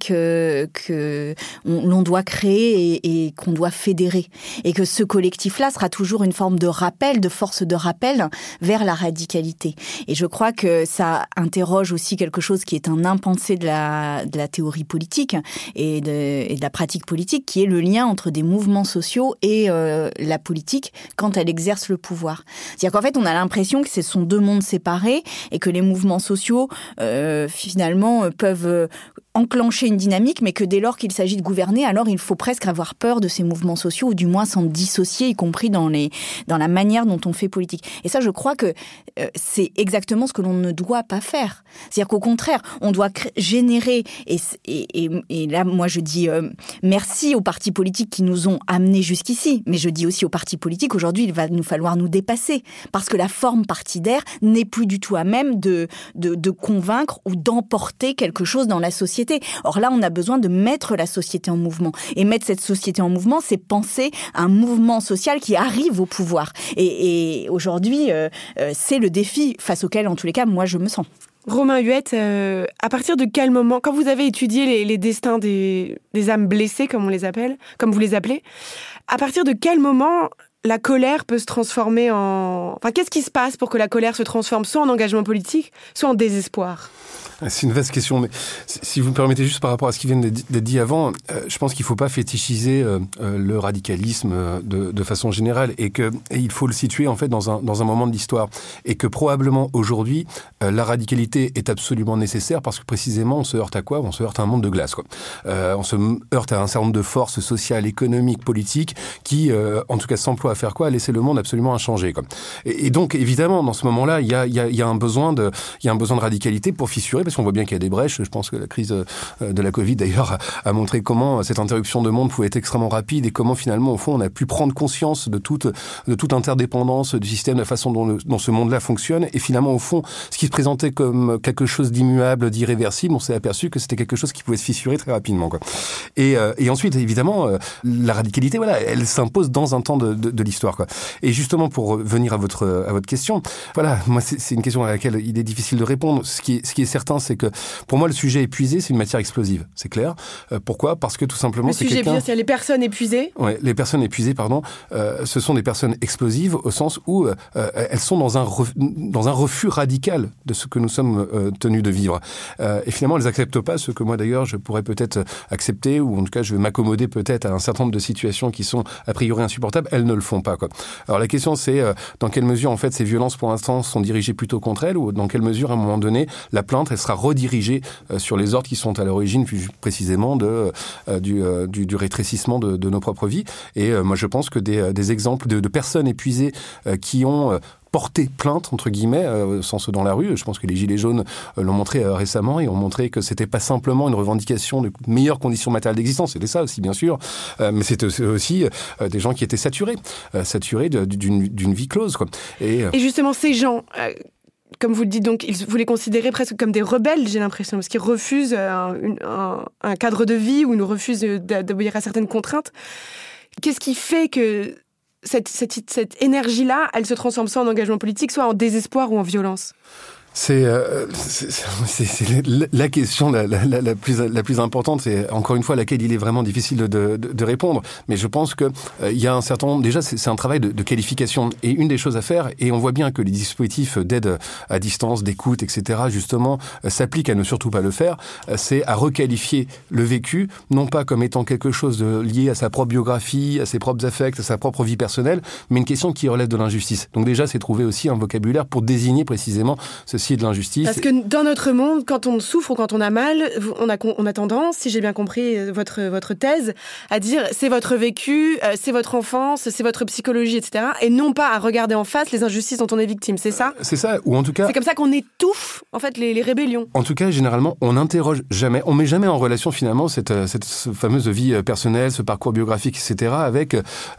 l'on doit créer et qu'on doit fédérer. Et que ce collectif-là sera toujours une forme de rappel, de force de rappel vers la radicalité. Et je crois que ça interroge aussi quelque chose qui est un impensé de la théorie politique et de la pratique politique, qui est le lien entre des mouvements sociaux et la politique quand elle exerce le pouvoir. C'est-à-dire qu'en fait, on a l'impression que ce sont deux mondes séparés et que les mouvements sociaux, finalement, peuvent enclencher une dynamique, mais que dès lors qu'il s'agit de gouverner, alors il faut presque avoir peur de ces mouvements sociaux, ou du moins s'en dissocier, y compris dans la manière dont on fait politique. Et ça, je crois que c'est exactement ce que l'on ne doit pas faire. C'est-à-dire qu'au contraire, on doit générer, et là, moi, je dis merci aux partis politiques qui nous ont amenés jusqu'ici, mais je dis aussi aux partis politiques, aujourd'hui, il va nous falloir nous dépasser, parce que la forme partidaire n'est plus du tout à même de convaincre ou d'emporter quelque chose dans la société. Or là, on a besoin de mettre la société en mouvement. Et mettre cette société en mouvement, c'est penser un mouvement social qui arrive au pouvoir. Et aujourd'hui, c'est le défi face auquel, en tous les cas, moi, je me sens. Romain Huette, à partir de quel moment, quand vous avez étudié les destins des âmes blessées, comme vous les appelez, à partir de quel moment la colère peut se transformer en... Enfin, qu'est-ce qui se passe pour que la colère se transforme soit en engagement politique, soit en désespoir ? C'est une vaste question, mais si vous me permettez juste par rapport à ce qui vient d'être dit avant, je pense qu'il ne faut pas fétichiser le radicalisme de façon générale et qu'il faut le situer en fait dans un moment de l'histoire et que probablement aujourd'hui la radicalité est absolument nécessaire parce que précisément on se heurte à quoi ? On se heurte à un monde de glace, quoi. On se heurte à un certain nombre de forces sociales, économiques, politiques qui, en tout cas, s'emploient à faire quoi ? À laisser le monde absolument inchangé, quoi. Et donc évidemment dans ce moment-là, il y a un besoin de radicalité pour fissurer. Parce qu'on voit bien qu'il y a des brèches. Je pense que la crise de la Covid, d'ailleurs, a montré comment cette interruption de monde pouvait être extrêmement rapide et comment, finalement, au fond, on a pu prendre conscience de toute interdépendance du système, de la façon dont ce monde-là fonctionne. Et finalement, au fond, ce qui se présentait comme quelque chose d'immuable, d'irréversible, on s'est aperçu que c'était quelque chose qui pouvait se fissurer très rapidement, quoi. Et ensuite, évidemment, la radicalité, voilà, elle s'impose dans un temps de l'histoire, quoi. Et justement, pour venir à votre question, voilà, moi, c'est une question à laquelle il est difficile de répondre. Ce qui est certain, c'est que pour moi le sujet épuisé, c'est une matière explosive, c'est clair. Pourquoi ? Parce que tout simplement le sujet épuisé, c'est les personnes épuisées. Ouais, les personnes épuisées, ce sont des personnes explosives au sens où elles sont dans un refus radical de ce que nous sommes tenus de vivre. Et finalement, elles n'acceptent pas ce que moi d'ailleurs je pourrais peut-être accepter, ou en tout cas je vais m'accommoder peut-être à un certain nombre de situations qui sont a priori insupportables. Elles ne le font pas, quoi. Alors la question c'est dans quelle mesure en fait ces violences pour l'instant sont dirigées plutôt contre elles, ou dans quelle mesure à un moment donné la plainte elle sera redirigée sur les ordres qui sont à l'origine plus précisément du rétrécissement de nos propres vies. Et moi je pense que des exemples de personnes épuisées qui ont porter plainte, entre guillemets, au sens dans la rue. Je pense que les Gilets jaunes l'ont montré récemment et ont montré que c'était pas simplement une revendication de meilleures conditions matérielles d'existence. C'était ça aussi, bien sûr. Mais c'était aussi des gens qui étaient saturés d'une vie close, quoi. Et justement, ces gens... Comme vous le dites, donc, vous les considérez presque comme des rebelles, j'ai l'impression, parce qu'ils refusent un cadre de vie ou ils refusent d'obéir à certaines contraintes. Qu'est-ce qui fait que cette énergie-là, elle se transforme soit en engagement politique, soit en désespoir ou en violence ? C'est la question la plus importante, et encore une fois à laquelle il est vraiment difficile de répondre. Mais je pense que il y a un certain nombre, déjà c'est un travail de qualification, et une des choses à faire, et on voit bien que les dispositifs d'aide à distance, d'écoute, etc. justement s'appliquent à ne surtout pas le faire. C'est à requalifier le vécu, non pas comme étant quelque chose de lié à sa propre biographie, à ses propres affects, à sa propre vie personnelle, mais une question qui relève de l'injustice. Donc déjà c'est trouver aussi un vocabulaire pour désigner précisément ce aussi de l'injustice. Parce que dans notre monde, quand on souffre ou quand on a mal, on a tendance, si j'ai bien compris votre thèse, à dire c'est votre vécu, c'est votre enfance, c'est votre psychologie, etc. Et non pas à regarder en face les injustices dont on est victime, c'est ça ? C'est ça, ou en tout cas... C'est comme ça qu'on étouffe, en fait, les rébellions. En tout cas, généralement, on n'interroge jamais, on met jamais en relation finalement cette fameuse vie personnelle, ce parcours biographique, etc. avec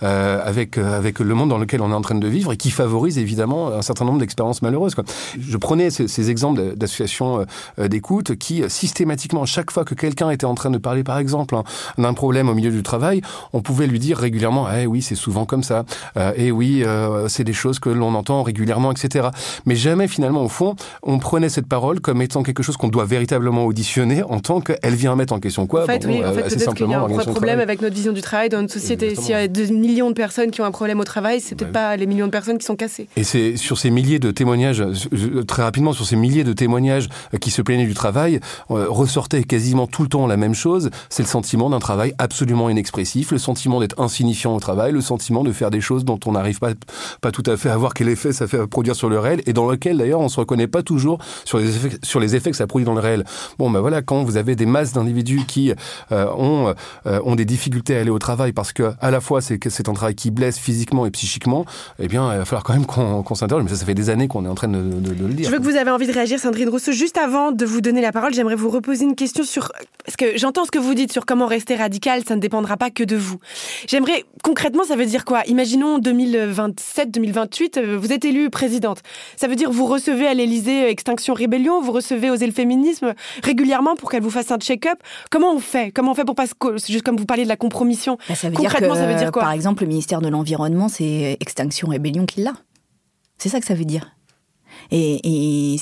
le monde dans lequel on est en train de vivre et qui favorise évidemment un certain nombre d'expériences malheureuses, quoi. Je prenais ces exemples d'associations d'écoute qui systématiquement, chaque fois que quelqu'un était en train de parler par exemple d'un problème au milieu du travail, on pouvait lui dire régulièrement « Eh oui, c'est souvent comme ça. Eh oui, c'est des choses que l'on entend régulièrement, etc. » Mais jamais finalement, au fond, on prenait cette parole comme étant quelque chose qu'on doit véritablement auditionner en tant qu'elle vient mettre en question quoi. En fait, peut-être qu'il y a un vrai problème avec notre vision du travail dans notre société. Exactement. S'il y a 2 millions de personnes qui ont un problème au travail, c'est peut-être pas les millions de personnes qui sont cassées. Et c'est sur ces milliers de témoignages, très rapidement, sur ces milliers de témoignages qui se plaignaient du travail, ressortait quasiment tout le temps la même chose, c'est le sentiment d'un travail absolument inexpressif, le sentiment d'être insignifiant au travail, le sentiment de faire des choses dont on n'arrive pas tout à fait à voir quel effet ça fait produire sur le réel, et dans lequel d'ailleurs on se reconnaît pas toujours sur les effets que ça produit dans le réel. Bon, ben voilà, quand vous avez des masses d'individus qui ont des difficultés à aller au travail parce que à la fois c'est un travail qui blesse physiquement et psychiquement, eh bien il va falloir quand même qu'on s'interroge. Mais ça fait des années qu'on est en train de le dire. Je veux que vous avez envie de réagir, Sandrine Rousseau. Juste avant de vous donner la parole, j'aimerais vous reposer une question sur... Parce que j'entends ce que vous dites sur comment rester radical, ça ne dépendra pas que de vous. J'aimerais... Concrètement, ça veut dire quoi ? Imaginons 2027, 2028, vous êtes élue présidente. Ça veut dire vous recevez à l'Élysée Extinction Rébellion, vous recevez Oser le féminisme régulièrement pour qu'elle vous fasse un check-up. Comment on fait pour pas... Juste comme vous parliez de la compromission. Ça veut concrètement, ça veut dire quoi ? Par exemple, le ministère de l'Environnement, c'est Extinction Rébellion qui l'a. C'est ça que ça veut dire. Et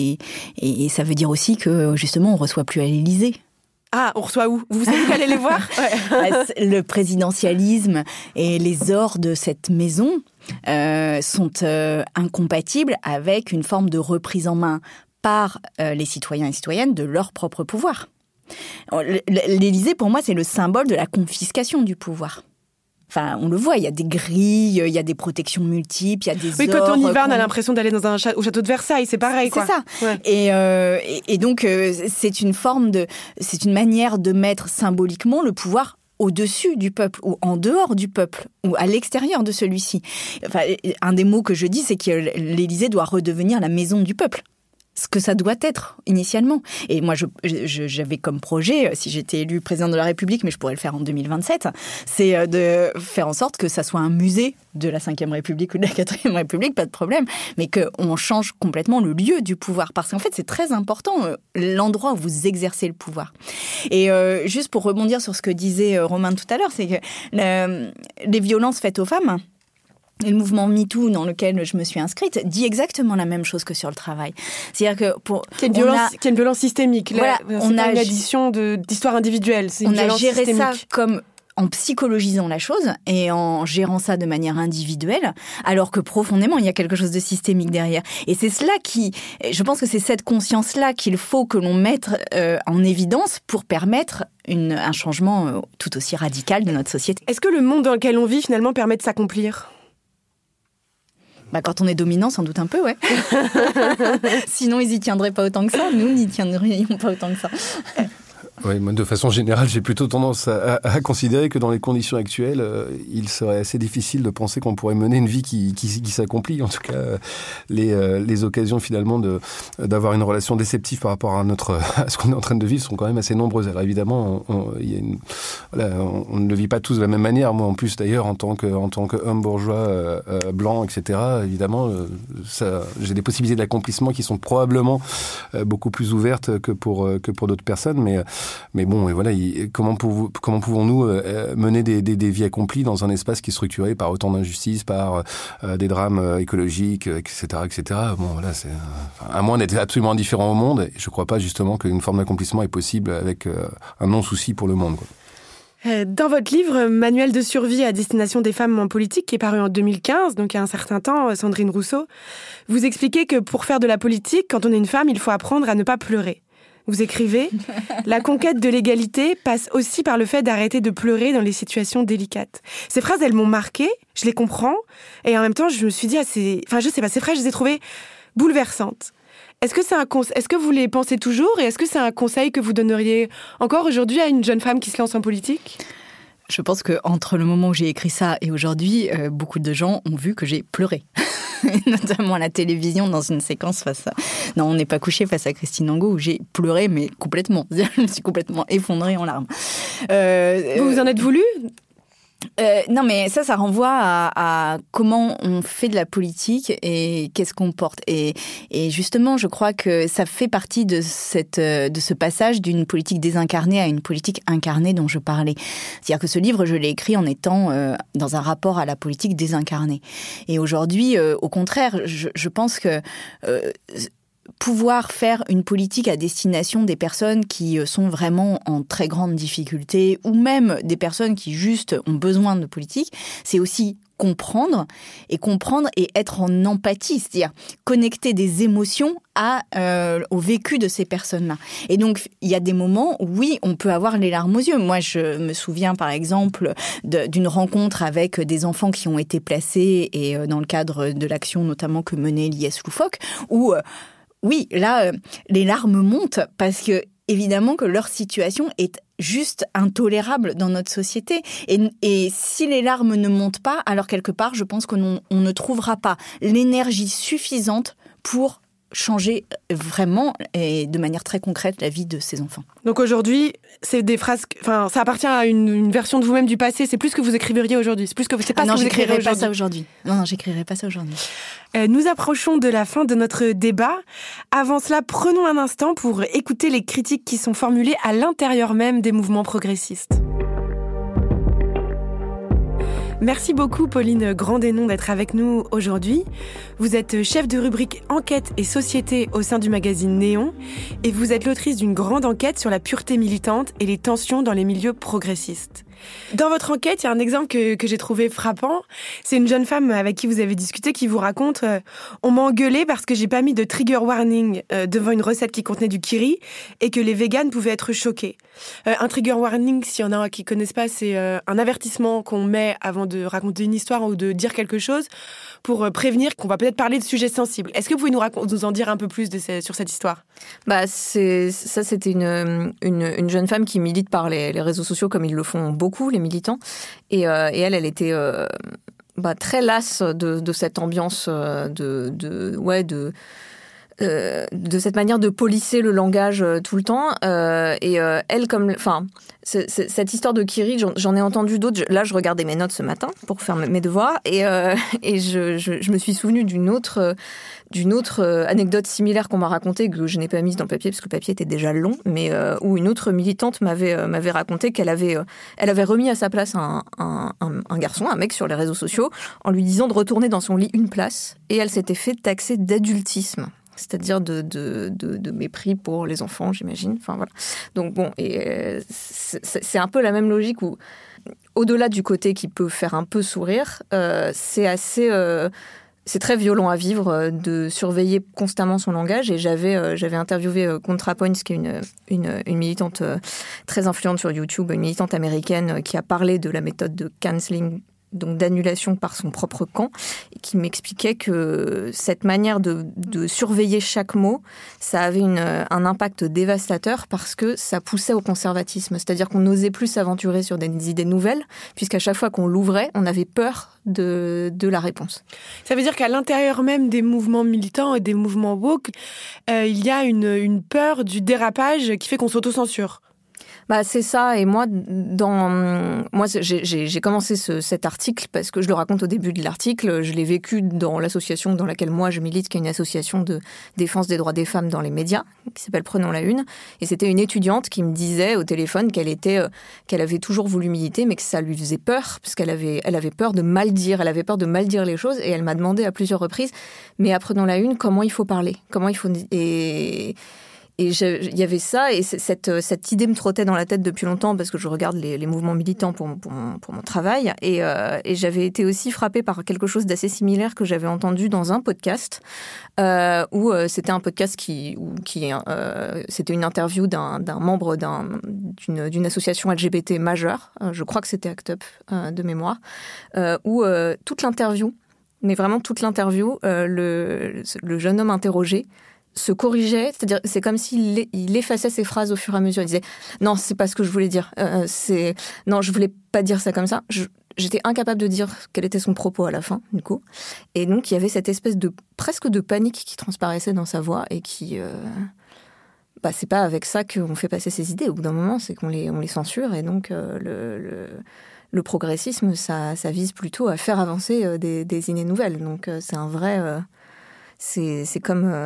ça veut dire aussi que, justement, on ne reçoit plus à l'Élysée. Ah, on reçoit où ? Vous savez aller les voir ? Le présidentialisme et les ors de cette maison sont incompatibles avec une forme de reprise en main par les citoyens et citoyennes de leur propre pouvoir. L'Élysée, pour moi, c'est le symbole de la confiscation du pouvoir. Enfin, on le voit, il y a des grilles, il y a des protections multiples, il y a des ors... Oui, quand on y va, on a l'impression d'aller au château de Versailles, c'est pareil, quoi. C'est ça. Ouais. Et donc, c'est une manière de mettre symboliquement le pouvoir au-dessus du peuple, ou en dehors du peuple, ou à l'extérieur de celui-ci. Enfin, un des mots que je dis, c'est que l'Élysée doit redevenir la maison du peuple. Ce que ça doit être initialement. Et moi, j'avais comme projet, si j'étais élue présidente de la République, mais je pourrais le faire en 2027, c'est de faire en sorte que ça soit un musée de la Ve République ou de la IVe République, pas de problème, mais qu'on change complètement le lieu du pouvoir. Parce qu'en fait, c'est très important, l'endroit où vous exercez le pouvoir. Et juste pour rebondir sur ce que disait Romain tout à l'heure, c'est que les violences faites aux femmes... Et le mouvement MeToo dans lequel je me suis inscrite dit exactement la même chose que sur le travail. C'est-à-dire que qu'il y a une violence systémique. Voilà, on a une addition d'histoires individuelles. On a géré ça comme en psychologisant la chose et en gérant ça de manière individuelle, alors que profondément, il y a quelque chose de systémique derrière. Et c'est cela je pense que c'est cette conscience-là qu'il faut que l'on mette en évidence pour permettre un changement tout aussi radical de notre société. Est-ce que le monde dans lequel on vit, finalement, permet de s'accomplir ? Quand on est dominant, sans doute un peu, ouais. Sinon, ils y tiendraient pas autant que ça. Nous, n'y tiendrions pas autant que ça. Oui, moi, de façon générale, j'ai plutôt tendance à considérer que dans les conditions actuelles, il serait assez difficile de penser qu'on pourrait mener une vie qui s'accomplit. En tout cas, les occasions finalement d'avoir une relation déceptive par rapport à ce qu'on est en train de vivre sont quand même assez nombreuses. Alors évidemment, on ne le vit pas tous de la même manière. Moi, en plus, d'ailleurs, en tant qu'homme bourgeois blanc, etc., évidemment, j'ai des possibilités d'accomplissement qui sont probablement beaucoup plus ouvertes que pour d'autres personnes, mais bon, et voilà, comment pouvons-nous mener des vies accomplies dans un espace qui est structuré par autant d'injustices, par des drames écologiques, etc., etc. Bon, voilà, à moins d'être absolument indifférent au monde, je ne crois pas justement qu'une forme d'accomplissement est possible avec un non-souci pour le monde, quoi. Dans votre livre, Manuel de survie à destination des femmes en politique, qui est paru en 2015, donc il y a un certain temps, Sandrine Rousseau, vous expliquez que pour faire de la politique, quand on est une femme, il faut apprendre à ne pas pleurer. Vous écrivez « La conquête de l'égalité passe aussi par le fait d'arrêter de pleurer dans les situations délicates. » Ces phrases, elles m'ont marquée, je les comprends, et en même temps, je me suis dit, je sais pas, ces phrases, je les ai trouvées bouleversantes. Est-ce que vous les pensez toujours et est-ce que c'est un conseil que vous donneriez encore aujourd'hui à une jeune femme qui se lance en politique ? Je pense qu'entre le moment où j'ai écrit ça et aujourd'hui, beaucoup de gens ont vu que j'ai pleuré. Notamment à la télévision dans une séquence Non, on n'est pas couché face à Christine Angot où j'ai pleuré, mais complètement. Je me suis complètement effondrée en larmes. Vous vous en êtes voulu ? Non, mais ça renvoie à comment on fait de la politique et qu'est-ce qu'on porte. Et justement, je crois que ça fait partie de ce passage d'une politique désincarnée à une politique incarnée dont je parlais. C'est-à-dire que ce livre, je l'ai écrit en étant dans un rapport à la politique désincarnée. Et aujourd'hui, au contraire, je pense que pouvoir faire une politique à destination des personnes qui sont vraiment en très grande difficulté ou même des personnes qui juste ont besoin de politique, c'est aussi comprendre et être en empathie, c'est-à-dire connecter des émotions au vécu de ces personnes-là. Et donc, il y a des moments où, oui, on peut avoir les larmes aux yeux. Moi, je me souviens, par exemple, d'une rencontre avec des enfants qui ont été placés et dans le cadre de l'action notamment que menait l'IS Loufoque, où oui, là, les larmes montent parce que, évidemment, que leur situation est juste intolérable dans notre société. Et si les larmes ne montent pas, alors quelque part, je pense qu'on ne trouvera pas l'énergie suffisante pour changer vraiment et de manière très concrète la vie de ces enfants. Donc aujourd'hui, c'est des phrases, ça appartient à une version de vous-même du passé. C'est plus ce que vous écriveriez aujourd'hui. C'est plus que c'est pas ce que vous écriveriez pas ça aujourd'hui. Non, j'écrirai pas ça aujourd'hui. Nous approchons de la fin de notre débat. Avant cela, prenons un instant pour écouter les critiques qui sont formulées à l'intérieur même des mouvements progressistes. Merci beaucoup Pauline Grandénon d'être avec nous aujourd'hui. Vous êtes chef de rubrique Enquête et Société au sein du magazine Néon et vous êtes l'autrice d'une grande enquête sur la pureté militante et les tensions dans les milieux progressistes. Dans votre enquête, il y a un exemple que j'ai trouvé frappant. C'est une jeune femme avec qui vous avez discuté qui vous raconte « On m'a engueulé parce que j'ai pas mis de trigger warning devant une recette qui contenait du kiri et que les véganes pouvaient être choqués. » Un trigger warning, s'il y en a qui connaissent pas, c'est un avertissement qu'on met avant de raconter une histoire ou de dire quelque chose pour prévenir qu'on va peut-être parler de sujets sensibles. Est-ce que vous pouvez nous en dire un peu plus sur cette histoire ? C'était une jeune femme qui milite par les réseaux sociaux comme ils le font beaucoup, les militants. Et elle était très lasse de cette ambiance de cette manière de polisser le langage tout le temps. Cette histoire de Kiri, j'en ai entendu d'autres. Là, je regardais mes notes ce matin pour faire mes devoirs et je me suis souvenue d'une autre anecdote similaire qu'on m'a racontée, que je n'ai pas mise dans le papier parce que le papier était déjà long, mais où une autre militante m'avait raconté qu'elle avait remis à sa place un garçon, un mec sur les réseaux sociaux, en lui disant de retourner dans son lit une place, et elle s'était fait taxer d'adultisme. C'est-à-dire de mépris pour les enfants, j'imagine. Enfin, voilà. Donc bon, c'est un peu la même logique où, au-delà du côté qui peut faire un peu sourire, c'est très violent à vivre de surveiller constamment son langage. Et j'avais interviewé ContraPoints, qui est une militante très influente sur YouTube, une militante américaine qui a parlé de la méthode de canceling, donc d'annulation par son propre camp, et qui m'expliquait que cette manière de surveiller chaque mot, ça avait un impact dévastateur parce que ça poussait au conservatisme. C'est-à-dire qu'on n'osait plus s'aventurer sur des idées nouvelles, puisqu'à chaque fois qu'on l'ouvrait, on avait peur de la réponse. Ça veut dire qu'à l'intérieur même des mouvements militants et des mouvements woke, il y a une peur du dérapage qui fait qu'on s'auto-censure. C'est ça. Et moi, j'ai commencé cet article parce que je le raconte au début de l'article. Je l'ai vécu dans l'association dans laquelle moi je milite, qui est une association de défense des droits des femmes dans les médias, qui s'appelle Prenons la Une. Et c'était une étudiante qui me disait au téléphone qu'elle avait toujours voulu militer, mais que ça lui faisait peur parce qu'elle avait peur de mal dire. Elle avait peur de mal dire les choses, et elle m'a demandé à plusieurs reprises, mais à Prenons la Une, comment il faut parler, Et il y avait ça, et cette idée me trottait dans la tête depuis longtemps parce que je regarde les mouvements militants pour mon travail. Et j'avais été aussi frappée par quelque chose d'assez similaire que j'avais entendu dans un podcast, où c'était un podcast c'était une interview d'un membre d'une association LGBT majeure. Je crois que c'était ACT UP de mémoire, où toute l'interview, mais vraiment toute l'interview, le jeune homme interrogé se corrigeait, c'est-à-dire c'est comme s'il il effaçait ses phrases au fur et à mesure. Il disait non, c'est pas ce que je voulais dire. Non, je voulais pas dire ça comme ça. J'étais incapable de dire quel était son propos à la fin, du coup. Et donc il y avait cette espèce de presque de panique qui transparaissait dans sa voix et qui c'est pas avec ça qu'on fait passer ses idées. Au bout d'un moment, c'est qu'on les censure et donc le progressisme, ça vise plutôt à faire avancer des idées nouvelles. Donc c'est un vrai c'est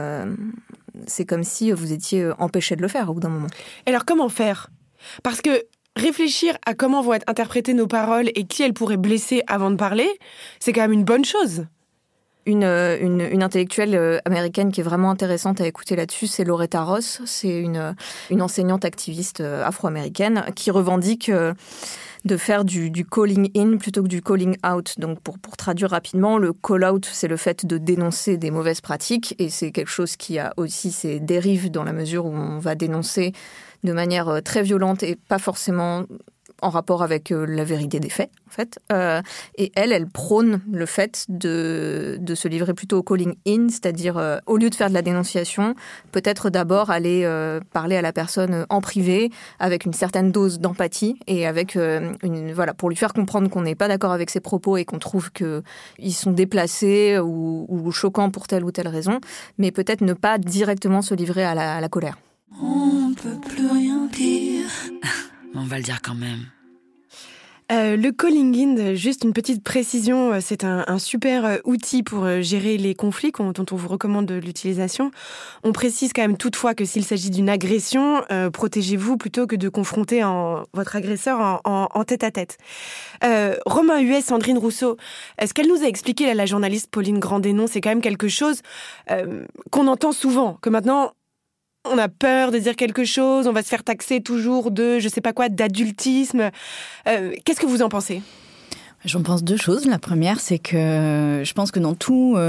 comme si vous étiez empêché de le faire au bout d'un moment. Et alors comment faire ? Parce que réfléchir à comment vont être interprétées nos paroles et qui elles pourraient blesser avant de parler, c'est quand même une bonne chose. Une intellectuelle américaine qui est vraiment intéressante à écouter là-dessus, c'est Loretta Ross. C'est une enseignante activiste afro-américaine qui revendique de faire du calling in plutôt que du calling out. Donc pour traduire rapidement, le call out, c'est le fait de dénoncer des mauvaises pratiques et c'est quelque chose qui a aussi ses dérives dans la mesure où on va dénoncer de manière très violente et pas forcément en rapport avec la vérité des faits, en fait. Et elle prône le fait de se livrer plutôt au calling in, c'est-à-dire au lieu de faire de la dénonciation, peut-être d'abord aller parler à la personne en privé avec une certaine dose d'empathie et avec pour lui faire comprendre qu'on n'est pas d'accord avec ses propos et qu'on trouve qu'ils sont déplacés ou choquants pour telle ou telle raison, mais peut-être ne pas directement se livrer à la colère. On peut plus rien dire. On va le dire quand même. Le calling in, juste une petite précision, c'est un super outil pour gérer les conflits dont on vous recommande l'utilisation. On précise quand même toutefois que s'il s'agit d'une agression, protégez-vous plutôt que de confronter votre agresseur en tête-à-tête. Romain Huet, Sandrine Rousseau, ce qu'elle nous a expliqué, la journaliste Pauline Grandénon, c'est quand même quelque chose qu'on entend souvent, que maintenant on a peur de dire quelque chose, on va se faire taxer toujours de, je sais pas quoi, d'adultisme. Qu'est-ce que vous en pensez ? J'en pense deux choses. La première, c'est que je pense que dans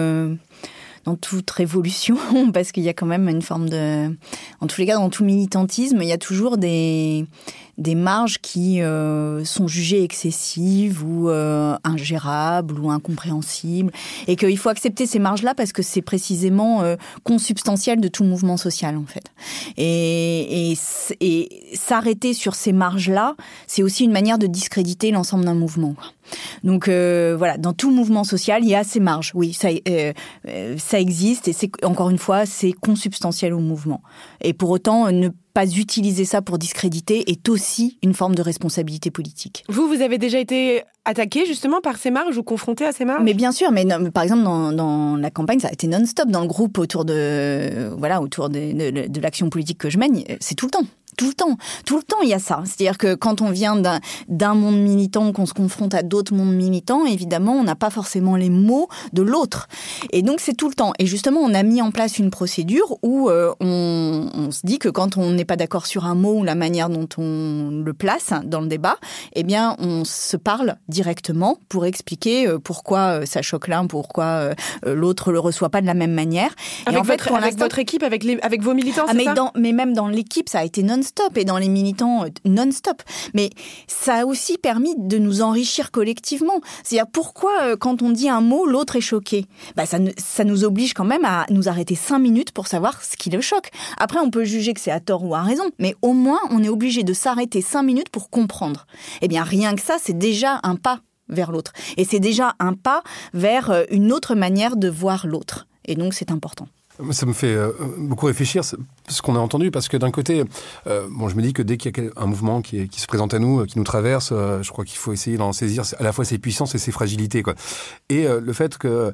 toute révolution, parce qu'il y a quand même une forme de... En tous les cas, dans tout militantisme, il y a toujours des marges qui sont jugées excessives ou ingérables ou incompréhensibles. Et qu'il faut accepter ces marges-là parce que c'est précisément consubstantiel de tout mouvement social, en fait. Et s'arrêter sur ces marges-là, c'est aussi une manière de discréditer l'ensemble d'un mouvement, quoi. Donc dans tout mouvement social, il y a ces marges. Oui, ça existe et encore une fois, c'est consubstantiel au mouvement. Et pour autant, ne pas utiliser ça pour discréditer est aussi une forme de responsabilité politique. Vous avez déjà été attaqué justement par ces marges ou confronté à ces marges ? Mais bien sûr, par exemple dans la campagne, ça a été non-stop dans le groupe autour de l'action politique que je mène, c'est tout le temps. Tout le temps, il y a ça. C'est-à-dire que quand on vient d'un monde militant, qu'on se confronte à d'autres mondes militants, évidemment, on n'a pas forcément les mots de l'autre. Et donc, c'est tout le temps. Et justement, on a mis en place une procédure où on se dit que quand on n'est pas d'accord sur un mot ou la manière dont on le place dans le débat, eh bien, on se parle directement pour expliquer pourquoi ça choque l'un, pourquoi l'autre le reçoit pas de la même manière. Avec votre équipe, avec vos militants, c'est ça ? Mais même dans l'équipe, ça a été non-stop et dans les militants non-stop. Mais ça a aussi permis de nous enrichir collectivement. C'est-à-dire pourquoi quand on dit un mot, l'autre est choqué ? Ça nous oblige quand même à nous arrêter 5 minutes pour savoir ce qui le choque. Après, on peut juger que c'est à tort ou à raison, mais au moins, on est obligé de s'arrêter 5 minutes pour comprendre. Eh bien, rien que ça, c'est déjà un pas vers l'autre. Et c'est déjà un pas vers une autre manière de voir l'autre. Et donc, c'est important. Ça me fait beaucoup réfléchir ce qu'on a entendu, parce que d'un côté, je me dis que dès qu'il y a un mouvement qui se présente à nous, qui nous traverse, je crois qu'il faut essayer d'en saisir à la fois ses puissances et ses fragilités, quoi. Et le fait que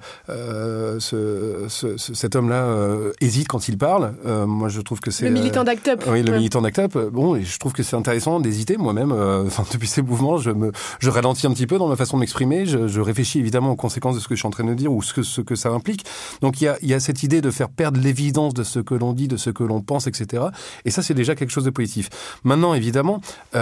cet homme-là hésite quand il parle, moi je trouve que c'est... Le militant d'ACT UP. Oui, le militant d'ACT UP. Bon, et je trouve que c'est intéressant d'hésiter. Moi-même, depuis ces mouvements, je ralentis un petit peu dans ma façon de m'exprimer. Je réfléchis évidemment aux conséquences de ce que je suis en train de dire ou ce que ça implique. Donc il y a cette idée de faire perdre l'évidence de ce que l'on dit, de ce que l'on pense, etc. Et ça, c'est déjà quelque chose de positif. Maintenant, évidemment,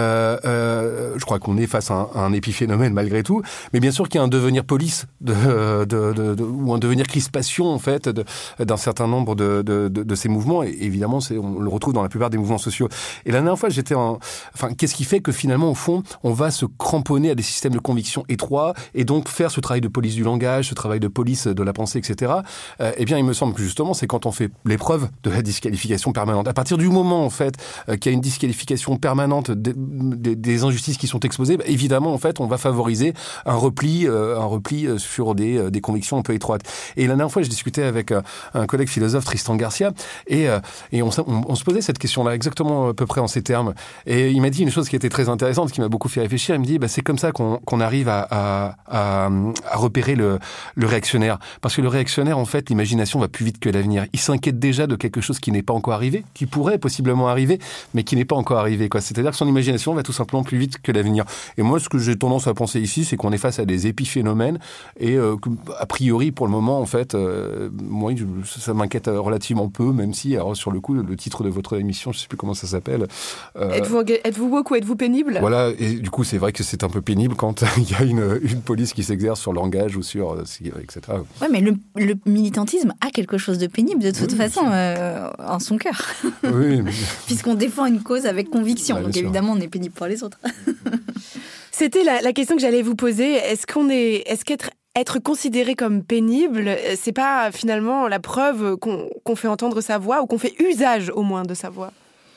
je crois qu'on est face à un épiphénomène malgré tout, mais bien sûr qu'il y a un devenir police ou un devenir crispation en fait d'un certain nombre de ces mouvements. Et évidemment, on le retrouve dans la plupart des mouvements sociaux. Et la dernière fois, qu'est-ce qui fait que finalement, au fond, on va se cramponner à des systèmes de conviction étroits et donc faire ce travail de police du langage, ce travail de police de la pensée, etc. Eh bien, il me semble que justement, c'est quand on fait l'épreuve de la disqualification permanente. À partir du moment, en fait, qu'il y a une disqualification permanente des injustices qui sont exposées, évidemment, en fait, on va favoriser un repli sur des convictions un peu étroites. Et la dernière fois, je discutais avec un collègue philosophe, Tristan Garcia, et on se posait cette question-là, exactement à peu près en ces termes. Et il m'a dit une chose qui était très intéressante, qui m'a beaucoup fait réfléchir. Il me dit, c'est comme ça qu'on arrive à repérer le réactionnaire. Parce que le réactionnaire, en fait, l'imagination va plus vite que l'avenir. Il s'inquiète déjà de quelque chose qui n'est pas encore arrivé, qui pourrait possiblement arriver, mais qui n'est pas encore arrivé, quoi. C'est-à-dire que son imagination va tout simplement plus vite que l'avenir. Et moi, ce que j'ai tendance à penser ici, c'est qu'on est face à des épiphénomènes et a priori, pour le moment, en fait, moi, ça m'inquiète relativement peu, même si, alors, sur le coup, le titre de votre émission, je sais plus comment ça s'appelle. Êtes-vous woke ou êtes-vous pénible ? Voilà, et du coup, c'est vrai que c'est un peu pénible quand il y a une police qui s'exerce sur le langage ou sur, etc. Ouais, mais le militantisme a quelque chose de pénible de toute façon en son cœur. Oui. Puisqu'on défend une cause avec conviction. Donc évidemment, on est pénible pour les autres. C'était la question que j'allais vous poser. Est-ce qu'être considéré comme pénible, c'est pas finalement la preuve qu'on fait entendre sa voix ou qu'on fait usage au moins de sa voix ?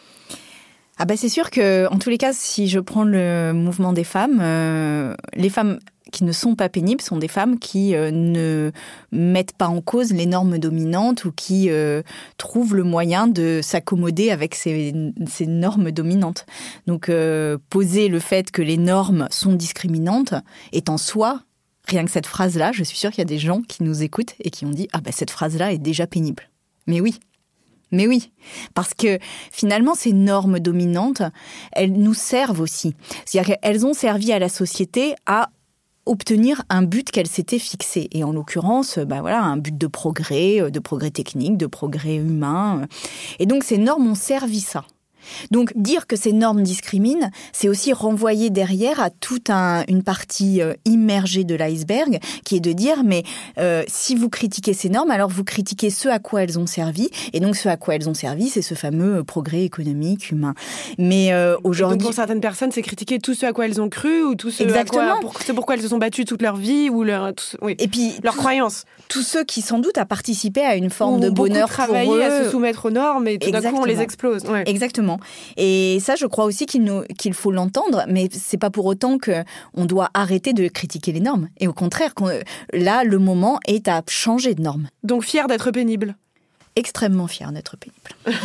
Ah c'est sûr que, en tous les cas, si je prends le mouvement des femmes, les femmes qui ne sont pas pénibles sont des femmes qui ne mettent pas en cause les normes dominantes ou qui trouvent le moyen de s'accommoder avec ces normes dominantes. Donc, poser le fait que les normes sont discriminantes est en soi, rien que cette phrase-là, je suis sûre qu'il y a des gens qui nous écoutent et qui ont dit « Ah cette phrase-là est déjà pénible ». Mais oui, parce que finalement, ces normes dominantes, elles nous servent aussi. C'est-à-dire qu'elles ont servi à la société à obtenir un but qu'elle s'était fixé. Et en l'occurrence, un but de progrès technique, de progrès humain. Et donc, ces normes ont servi ça. Donc, dire que ces normes discriminent, c'est aussi renvoyer derrière à toute une partie immergée de l'iceberg, qui est de dire, mais si vous critiquez ces normes, alors vous critiquez ce à quoi elles ont servi, et donc ce à quoi elles ont servi, c'est ce fameux progrès économique, humain. Mais aujourd'hui... Et donc pour certaines personnes, c'est critiquer tout ce à quoi elles ont cru, ou tout ce pourquoi elles se sont battues toute leur vie, ou et puis, leurs croyances. Tous ceux qui, sans doute, a participé à une forme de bonheur pour eux. Travailler à se soumettre aux normes, et tout d'un coup, on les explose. Ouais. Exactement. Et ça, je crois aussi qu'il faut l'entendre, mais c'est pas pour autant qu'on doit arrêter de critiquer les normes. Et au contraire, là, le moment est à changer de normes. Donc, fier d'être pénible. Extrêmement fier d'être pénible.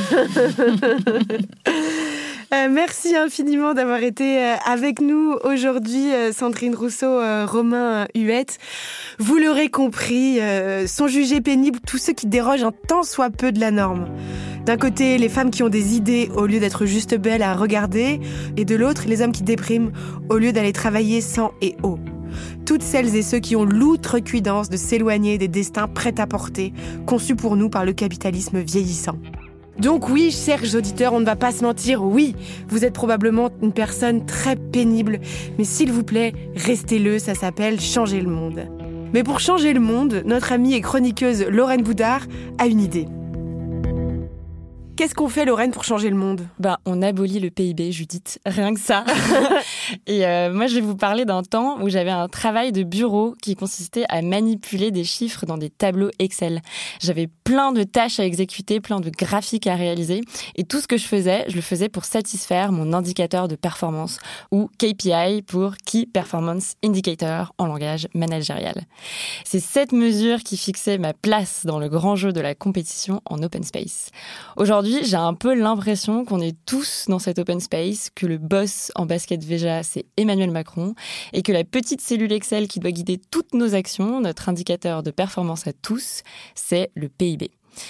Merci infiniment d'avoir été avec nous aujourd'hui, Sandrine Rousseau, Romain Huette. Vous l'aurez compris, sont jugés pénibles tous ceux qui dérogent un tant soit peu de la norme. D'un côté, les femmes qui ont des idées au lieu d'être juste belles à regarder, et de l'autre, les hommes qui dépriment au lieu d'aller travailler sang et eau. Toutes celles et ceux qui ont l'outrecuidance de s'éloigner des destins prêts à porter, conçus pour nous par le capitalisme vieillissant. Donc oui, chers auditeurs, on ne va pas se mentir, oui, vous êtes probablement une personne très pénible, mais s'il vous plaît, restez-le, ça s'appelle changer le monde. Mais pour changer le monde, notre amie et chroniqueuse Lorraine Boudard a une idée. Qu'est-ce qu'on fait, Lorraine, pour changer le monde ? On abolit le PIB, Judith, rien que ça. Et moi, je vais vous parler d'un temps où j'avais un travail de bureau qui consistait à manipuler des chiffres dans des tableaux Excel. J'avais plein de tâches à exécuter, plein de graphiques à réaliser. Et tout ce que je le faisais pour satisfaire mon indicateur de performance, ou KPI pour Key Performance Indicator en langage managérial. C'est cette mesure qui fixait ma place dans le grand jeu de la compétition en open space. Aujourd'hui, j'ai un peu l'impression qu'on est tous dans cet open space, que le boss en basket Veja, c'est Emmanuel Macron, et que la petite cellule Excel qui doit guider toutes nos actions, notre indicateur de performance à tous, c'est le PIB.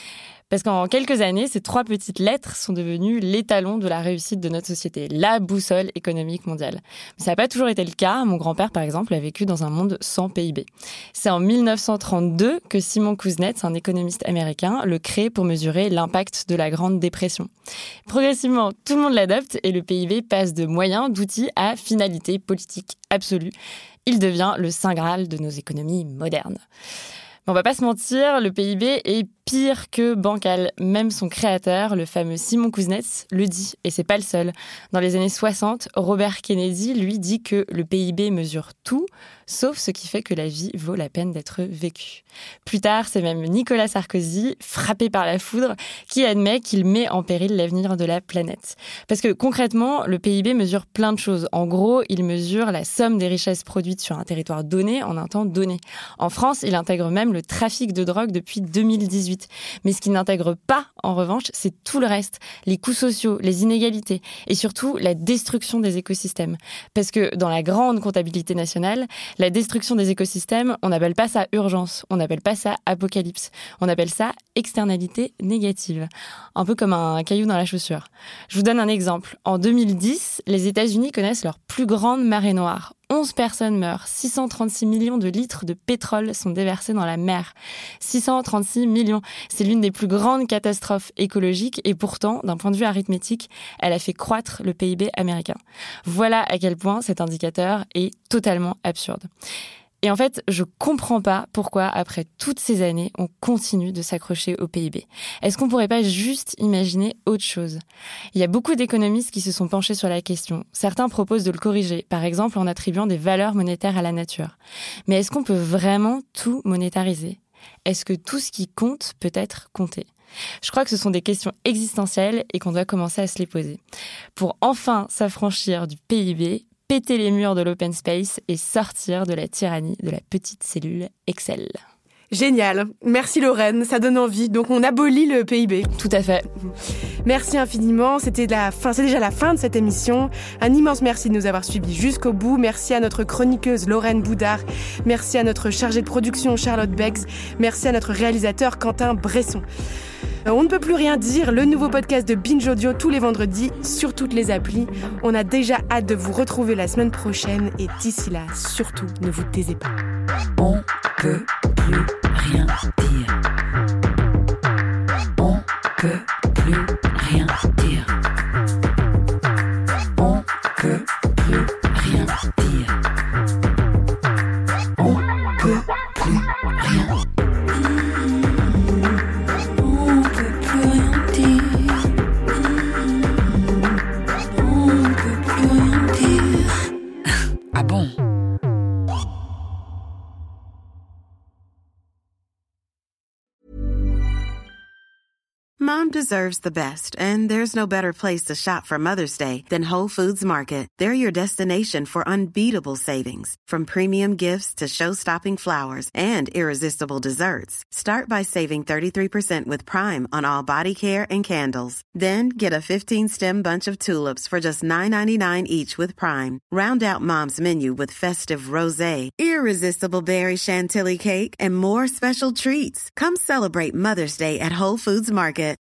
Parce qu'en quelques années, ces 3 petites lettres sont devenues l'étalon de la réussite de notre société, la boussole économique mondiale. Mais ça n'a pas toujours été le cas. Mon grand-père, par exemple, a vécu dans un monde sans PIB. C'est en 1932 que Simon Kuznets, un économiste américain, le crée pour mesurer l'impact de la Grande Dépression. Progressivement, tout le monde l'adopte et le PIB passe de moyen, d'outil à finalité politique absolue. Il devient le saint graal de nos économies modernes. On va pas se mentir, le PIB est pire que bancal. Même son créateur, le fameux Simon Kuznets, le dit, et c'est pas le seul. Dans les années 60, Robert Kennedy, lui, dit que le PIB mesure tout, sauf ce qui fait que la vie vaut la peine d'être vécue. Plus tard, c'est même Nicolas Sarkozy, frappé par la foudre, qui admet qu'il met en péril l'avenir de la planète. Parce que concrètement, le PIB mesure plein de choses. En gros, il mesure la somme des richesses produites sur un territoire donné en un temps donné. En France, il intègre même le trafic de drogue depuis 2018. Mais ce qu'il n'intègre pas, en revanche, c'est tout le reste. Les coûts sociaux, les inégalités et surtout la destruction des écosystèmes. Parce que dans la grande comptabilité nationale, la destruction des écosystèmes, on n'appelle pas ça urgence, on n'appelle pas ça apocalypse, on appelle ça externalité négative. Un peu comme un caillou dans la chaussure. Je vous donne un exemple. En 2010, les États-Unis connaissent leur plus grande marée noire. 11 personnes meurent, 636 millions de litres de pétrole sont déversés dans la mer. 636 millions, c'est l'une des plus grandes catastrophes écologiques et pourtant, d'un point de vue arithmétique, elle a fait croître le PIB américain. Voilà à quel point cet indicateur est totalement absurde. Et en fait, je comprends pas pourquoi, après toutes ces années, on continue de s'accrocher au PIB. Est-ce qu'on pourrait pas juste imaginer autre chose ? Il y a beaucoup d'économistes qui se sont penchés sur la question. Certains proposent de le corriger, par exemple en attribuant des valeurs monétaires à la nature. Mais est-ce qu'on peut vraiment tout monétariser ? Est-ce que tout ce qui compte peut être compté ? Je crois que ce sont des questions existentielles et qu'on doit commencer à se les poser. Pour enfin s'affranchir du PIB, péter les murs de l'open space et sortir de la tyrannie de la petite cellule Excel. Génial. Merci Lorraine, ça donne envie. Donc on abolit le PIB. Tout à fait. Merci infiniment. C'est déjà la fin de cette émission. Un immense merci de nous avoir suivis jusqu'au bout. Merci à notre chroniqueuse Lorraine Boudard. Merci à notre chargée de production Charlotte Bex. Merci à notre réalisateur Quentin Bresson. On ne peut plus rien dire, le nouveau podcast de Binge Audio tous les vendredis sur toutes les applis. On a déjà hâte de vous retrouver la semaine prochaine et d'ici là, surtout, ne vous taisez pas. On peut plus rien dire. On peut plus rien dire. On peut plus rien dire. On peut plus rien dire. Ah bon? Mom deserves the best, and there's no better place to shop for Mother's Day than Whole Foods Market. They're your destination for unbeatable savings, from premium gifts to show-stopping flowers and irresistible desserts. Start by saving 33% with Prime on all body care and candles. Then get a 15-stem bunch of tulips for just $9.99 each with Prime. Round out Mom's menu with festive rosé, irresistible berry chantilly cake, and more special treats. Come celebrate Mother's Day at Whole Foods Market.